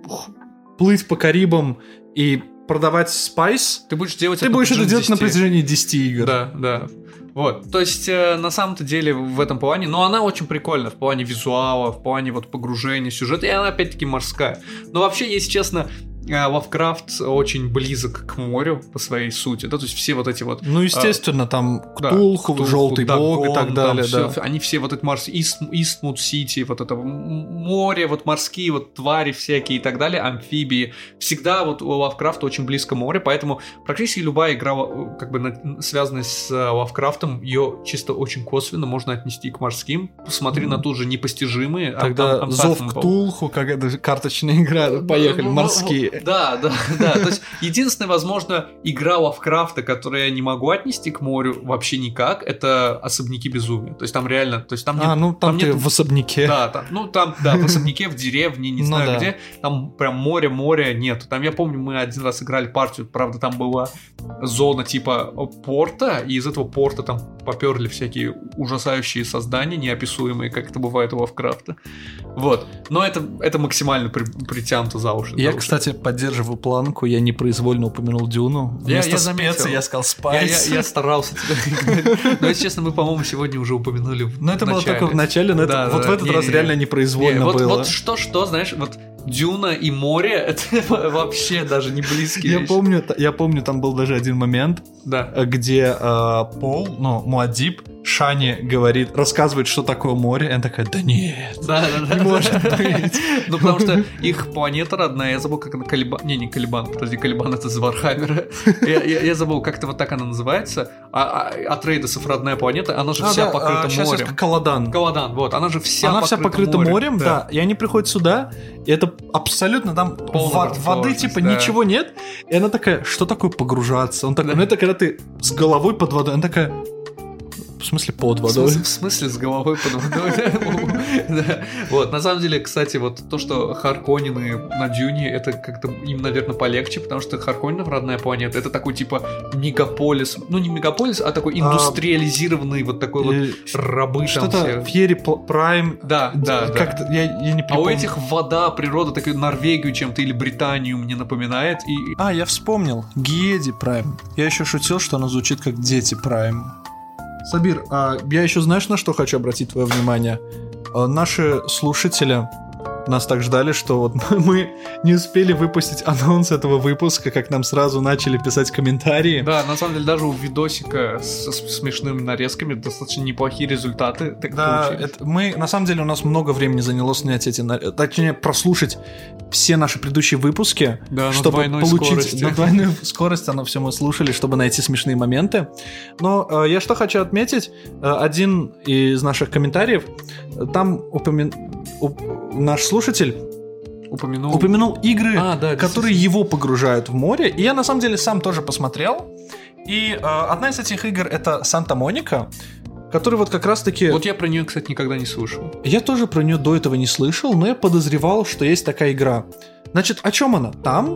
плыть по Карибам и продавать спайс, ты будешь делать ты это, будешь это делать десяти. На протяжении десяти игр. Да, да. Вот, то есть э, на самом-то деле в этом плане, но она очень прикольна в плане визуала, в плане вот погружения, сюжета, и она опять-таки морская. Но вообще, если честно, Лавкрафт очень близок к морю по своей сути, да, то есть все вот эти вот... Ну, естественно, там Ктулху, да, Желтый Дагон, Бог и так далее, все, да. Они все вот эти морские, Ист, Истмут-Сити, вот это море, вот морские вот твари всякие и так далее, амфибии, всегда вот у Лавкрафта очень близко море, поэтому практически любая игра, как бы связанная с Лавкрафтом, ее чисто очень косвенно можно отнести к морским. Посмотри mm. на ту же Непостижимые. Тогда ам, Зов Ктулху, как это карточная игра, поехали, ну, морские. Да, да, да. То есть единственная, возможно, игра Лавкрафта, которую я не могу отнести к морю вообще никак, это Особняки безумия. То есть там реально, то есть там нет, а, ну там, там ты нет... в особняке. Да, там, ну там, да, в особняке, в деревне, не знаю ну, да. где, там прям море-море нет. Там я помню, мы один раз играли партию, правда, там была зона типа порта, и из этого порта там поперли всякие ужасающие создания, неописуемые, как это бывает у Лавкрафта. Вот. Но это, это максимально при, притянуто за уши. Я, за уши. Кстати, поддерживаю планку, я непроизвольно упомянул Дюну. Вместо я, я специй я сказал Спайс. Я, я, я старался тебя. Но, если честно, мы, по-моему, сегодня уже упомянули в Но это было только в начале, но да, это, да, вот в этот не, раз не, реально непроизвольно не, было. Вот что-что, знаешь, вот Дюна и море, это вообще даже не близкие я вещи. Помню, я помню, там был даже один момент, да. где э, Пол, ну, Муаддиб, Шани говорит, рассказывает, что такое море, и она такая, да нет, да, да, не да, может да. быть. Ну, потому что их планета родная, я забыл, как она, Калибан, не, не Калибан, подожди, Калибан это из Вархаммера, я, я, я забыл, как-то вот так она называется, а, а Атрейдесов родная планета, она же а, вся да, покрыта а, морем. Сейчас Каладан. Каладан, вот, она же вся она покрыта вся покрыта морем, морем да. да, и они приходят сюда, и это абсолютно там во- воды типа да. ничего нет, и она такая, что такое погружаться? Он такой, да. ну это когда ты с головой под водой, она такая... В смысле под водой? В смысле с головой под водой? Вот, на самом деле, кстати, вот то, что Харконнены на Дюне, это как-то им, наверное, полегче, потому что Харконненов родная планета, это такой типа мегаполис, ну не мегаполис, а такой индустриализированный вот такой вот рабы там все. Что-то Фьери Прайм. Да, да, да. Как-то я не припомню. А у этих вода, природа, такую Норвегию чем-то или Британию мне напоминает. И... А, я вспомнил. Гиеди Прайм. Я еще шутил, что оно звучит как Дети Прайм. Сабир, а я еще знаешь, на что хочу обратить твое внимание? А, наши слушатели нас так ждали, что вот мы не успели выпустить анонс этого выпуска, как нам сразу начали писать комментарии. Да, на самом деле даже у видосика с смешными нарезками достаточно неплохие результаты. Так да, это, мы, на самом деле у нас много времени заняло снять эти, точнее прослушать все наши предыдущие выпуски, да, чтобы на получить скорости. на двойную скорость, оно все мы слушали, чтобы найти смешные моменты. Но э, я что хочу отметить, э, один из наших комментариев, там упомя... уп... наш слушатель упомянул, упомянул игры, а, да, которые его погружают в море, и я на самом деле сам тоже посмотрел, и э, одна из этих игр это Санта-Моника, который вот как раз-таки... Вот я про нее, кстати, никогда не слышал. Я тоже про нее до этого не слышал, но я подозревал, что есть такая игра. Значит, о чем она? Там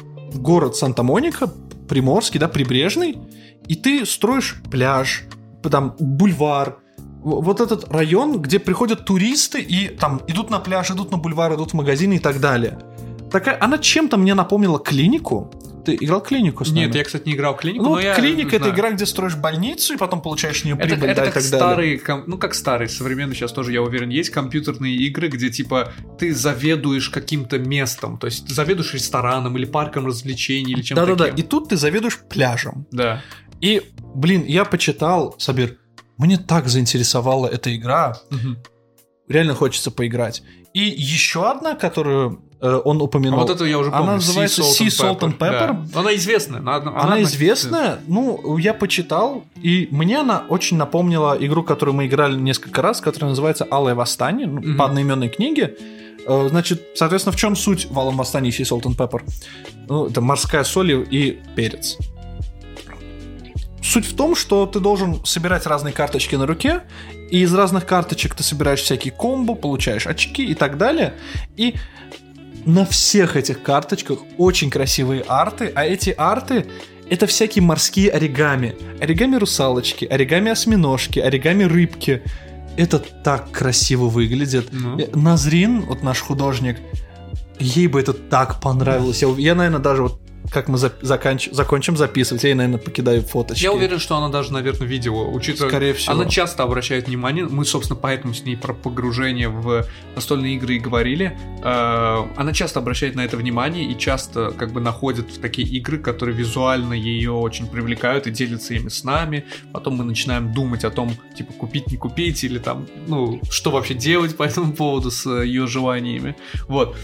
город Санта-Моника, приморский, да, прибрежный, и ты строишь пляж, там бульвар, вот этот район, где приходят туристы и там идут на пляж, идут на бульвар, идут в магазины и так далее. Такая, она чем-то мне напомнила клинику. Ты играл клинику с нами? Нет, я, кстати, не играл в клинику, ну, но я клиника — это знаю. игра, где строишь больницу и потом получаешь с нее это, прибыль, это да, как и так старые, далее. Ну, как старые, современные сейчас тоже, я уверен, есть компьютерные игры, где, типа, ты заведуешь каким-то местом, то есть заведуешь рестораном или парком развлечений или чем-то Да-да-да, таким. и тут ты заведуешь пляжем. Да. И, блин, я почитал, Сабир, мне так заинтересовала эта игра, Угу. реально хочется поиграть. И еще одна, которую э, он упомянул. А вот это я уже помню. Она называется Sea Salt and Pepper. Да. Она известная. Она, она, она известная. Ну, я почитал, и мне она очень напомнила игру, которую мы играли несколько раз, которая называется «Алое восстание», ну, mm-hmm. по одноименной книге. Э, значит, соответственно, в чем суть в «Алом восстании» Sea Salt and Pepper? Ну, это морская соль и перец. Суть в том, что ты должен собирать разные карточки на руке, и из разных карточек ты собираешь всякие комбо, получаешь очки и так далее. И на всех этих карточках очень красивые арты, а эти арты — это всякие морские оригами. Оригами русалочки, оригами осьминожки, оригами рыбки. Это так красиво выглядит. Mm-hmm. Назрин, вот наш художник, ей бы это так понравилось. Я, я наверное, даже вот как мы за- заканч- закончим записывать, я ей, наверное, покидаю фоточки. Я уверен, что она даже, наверное, видела. Учитывая, скорее всего. Она часто обращает внимание. Мы, собственно, поэтому с ней про погружение в настольные игры и говорили. Она часто обращает на это внимание и часто как бы находит в такие игры, которые визуально ее очень привлекают и делится ими с нами. Потом мы начинаем думать о том, типа, купить, не купить, или там, ну, что вообще делать по этому поводу с ее желаниями. Вот.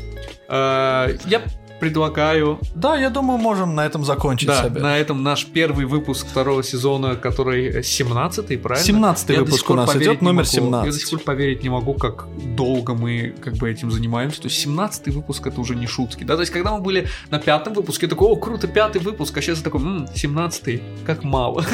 Я предлагаю... Да, я думаю, можем на этом закончить. Да, себе. На этом наш первый выпуск второго сезона, который семнадцатый, правильно? семнадцатый выпуск у нас идет, номер семнадцать. Я до сих пор поверить не могу, как долго мы как бы этим занимаемся. То есть семнадцатый выпуск — это уже не шутки. Да? То есть когда мы были на пятом выпуске, я такой: о, круто, пятый выпуск, а сейчас я такой: м, семнадцатый, как мало.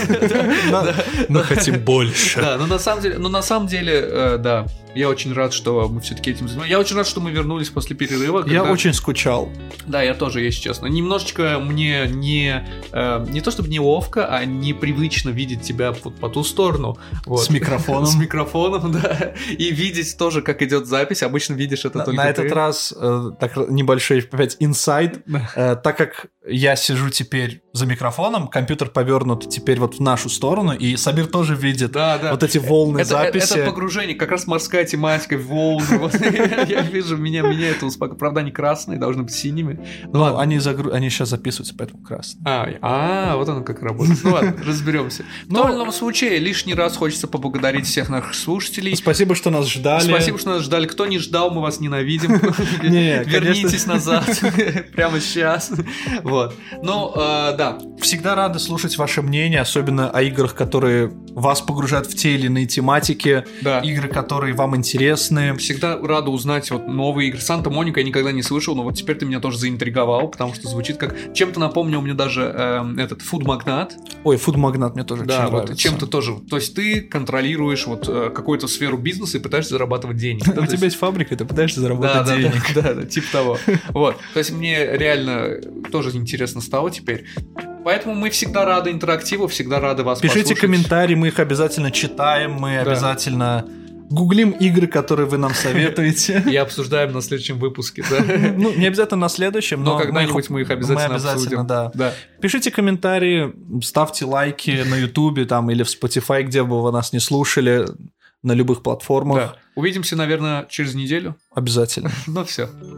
Мы хотим больше. Да, но на самом деле, но на самом деле, да, я очень рад, что мы все-таки этим занимаемся. Я очень рад, что мы вернулись после перерыва. Я очень скучал. Да, я тоже, если честно. Немножечко мне не... Э, не то чтобы неловко, а непривычно видеть тебя вот по ту сторону. Вот. С микрофоном. С микрофоном, да. И видеть тоже, как идет запись. Обычно видишь это на, только На ты. этот раз э, так, небольшой опять инсайд. э, так как я сижу теперь за микрофоном, компьютер повернут теперь вот в нашу сторону, и Сабир тоже видит да, да. вот эти волны это, записи. Это погружение, как раз морская тематика, волны. Я вижу, меня это успокаивает. Правда, они красные, должны быть синими. Ну ладно. Они, загру... они сейчас записываются, поэтому красные. А, а, вот оно как работает. Ну ладно, разберемся. В том случае лишний раз хочется поблагодарить всех наших слушателей. Спасибо, что нас ждали. Спасибо, что нас ждали. Кто не ждал, мы вас ненавидим. Вернитесь назад прямо сейчас. Вот. Ну, да, Да. Всегда рады слушать ваше мнение, особенно о играх, которые вас погружают в те или иные тематики, да. игры, которые вам интересны. Всегда рада узнать вот новые игры. Санта-Моника я никогда не слышал, но вот теперь ты меня тоже заинтриговал, потому что звучит как... Чем-то напомнил мне даже э, этот Food Magnat. Ой, Food Magnat мне тоже да, очень вот, нравится. Чем-то тоже. То есть ты контролируешь вот какую-то сферу бизнеса и пытаешься зарабатывать деньги. У тебя есть фабрика, ты пытаешься заработать денег. Да, да, типа того. Вот. То есть мне реально тоже интересно стало теперь. Поэтому мы всегда рады интерактиву, всегда рады вас послушать. Пишите комментарии, мы их обязательно читаем, мы да. обязательно гуглим игры, которые вы нам советуете. И обсуждаем на следующем выпуске. Ну, не обязательно на следующем, но когда-нибудь мы их обязательно обсудим. Да. Пишите комментарии, ставьте лайки на Ютубе там или в Spotify, где бы вы нас не слушали, на любых платформах. Увидимся, наверное, через неделю. Обязательно. Ну все.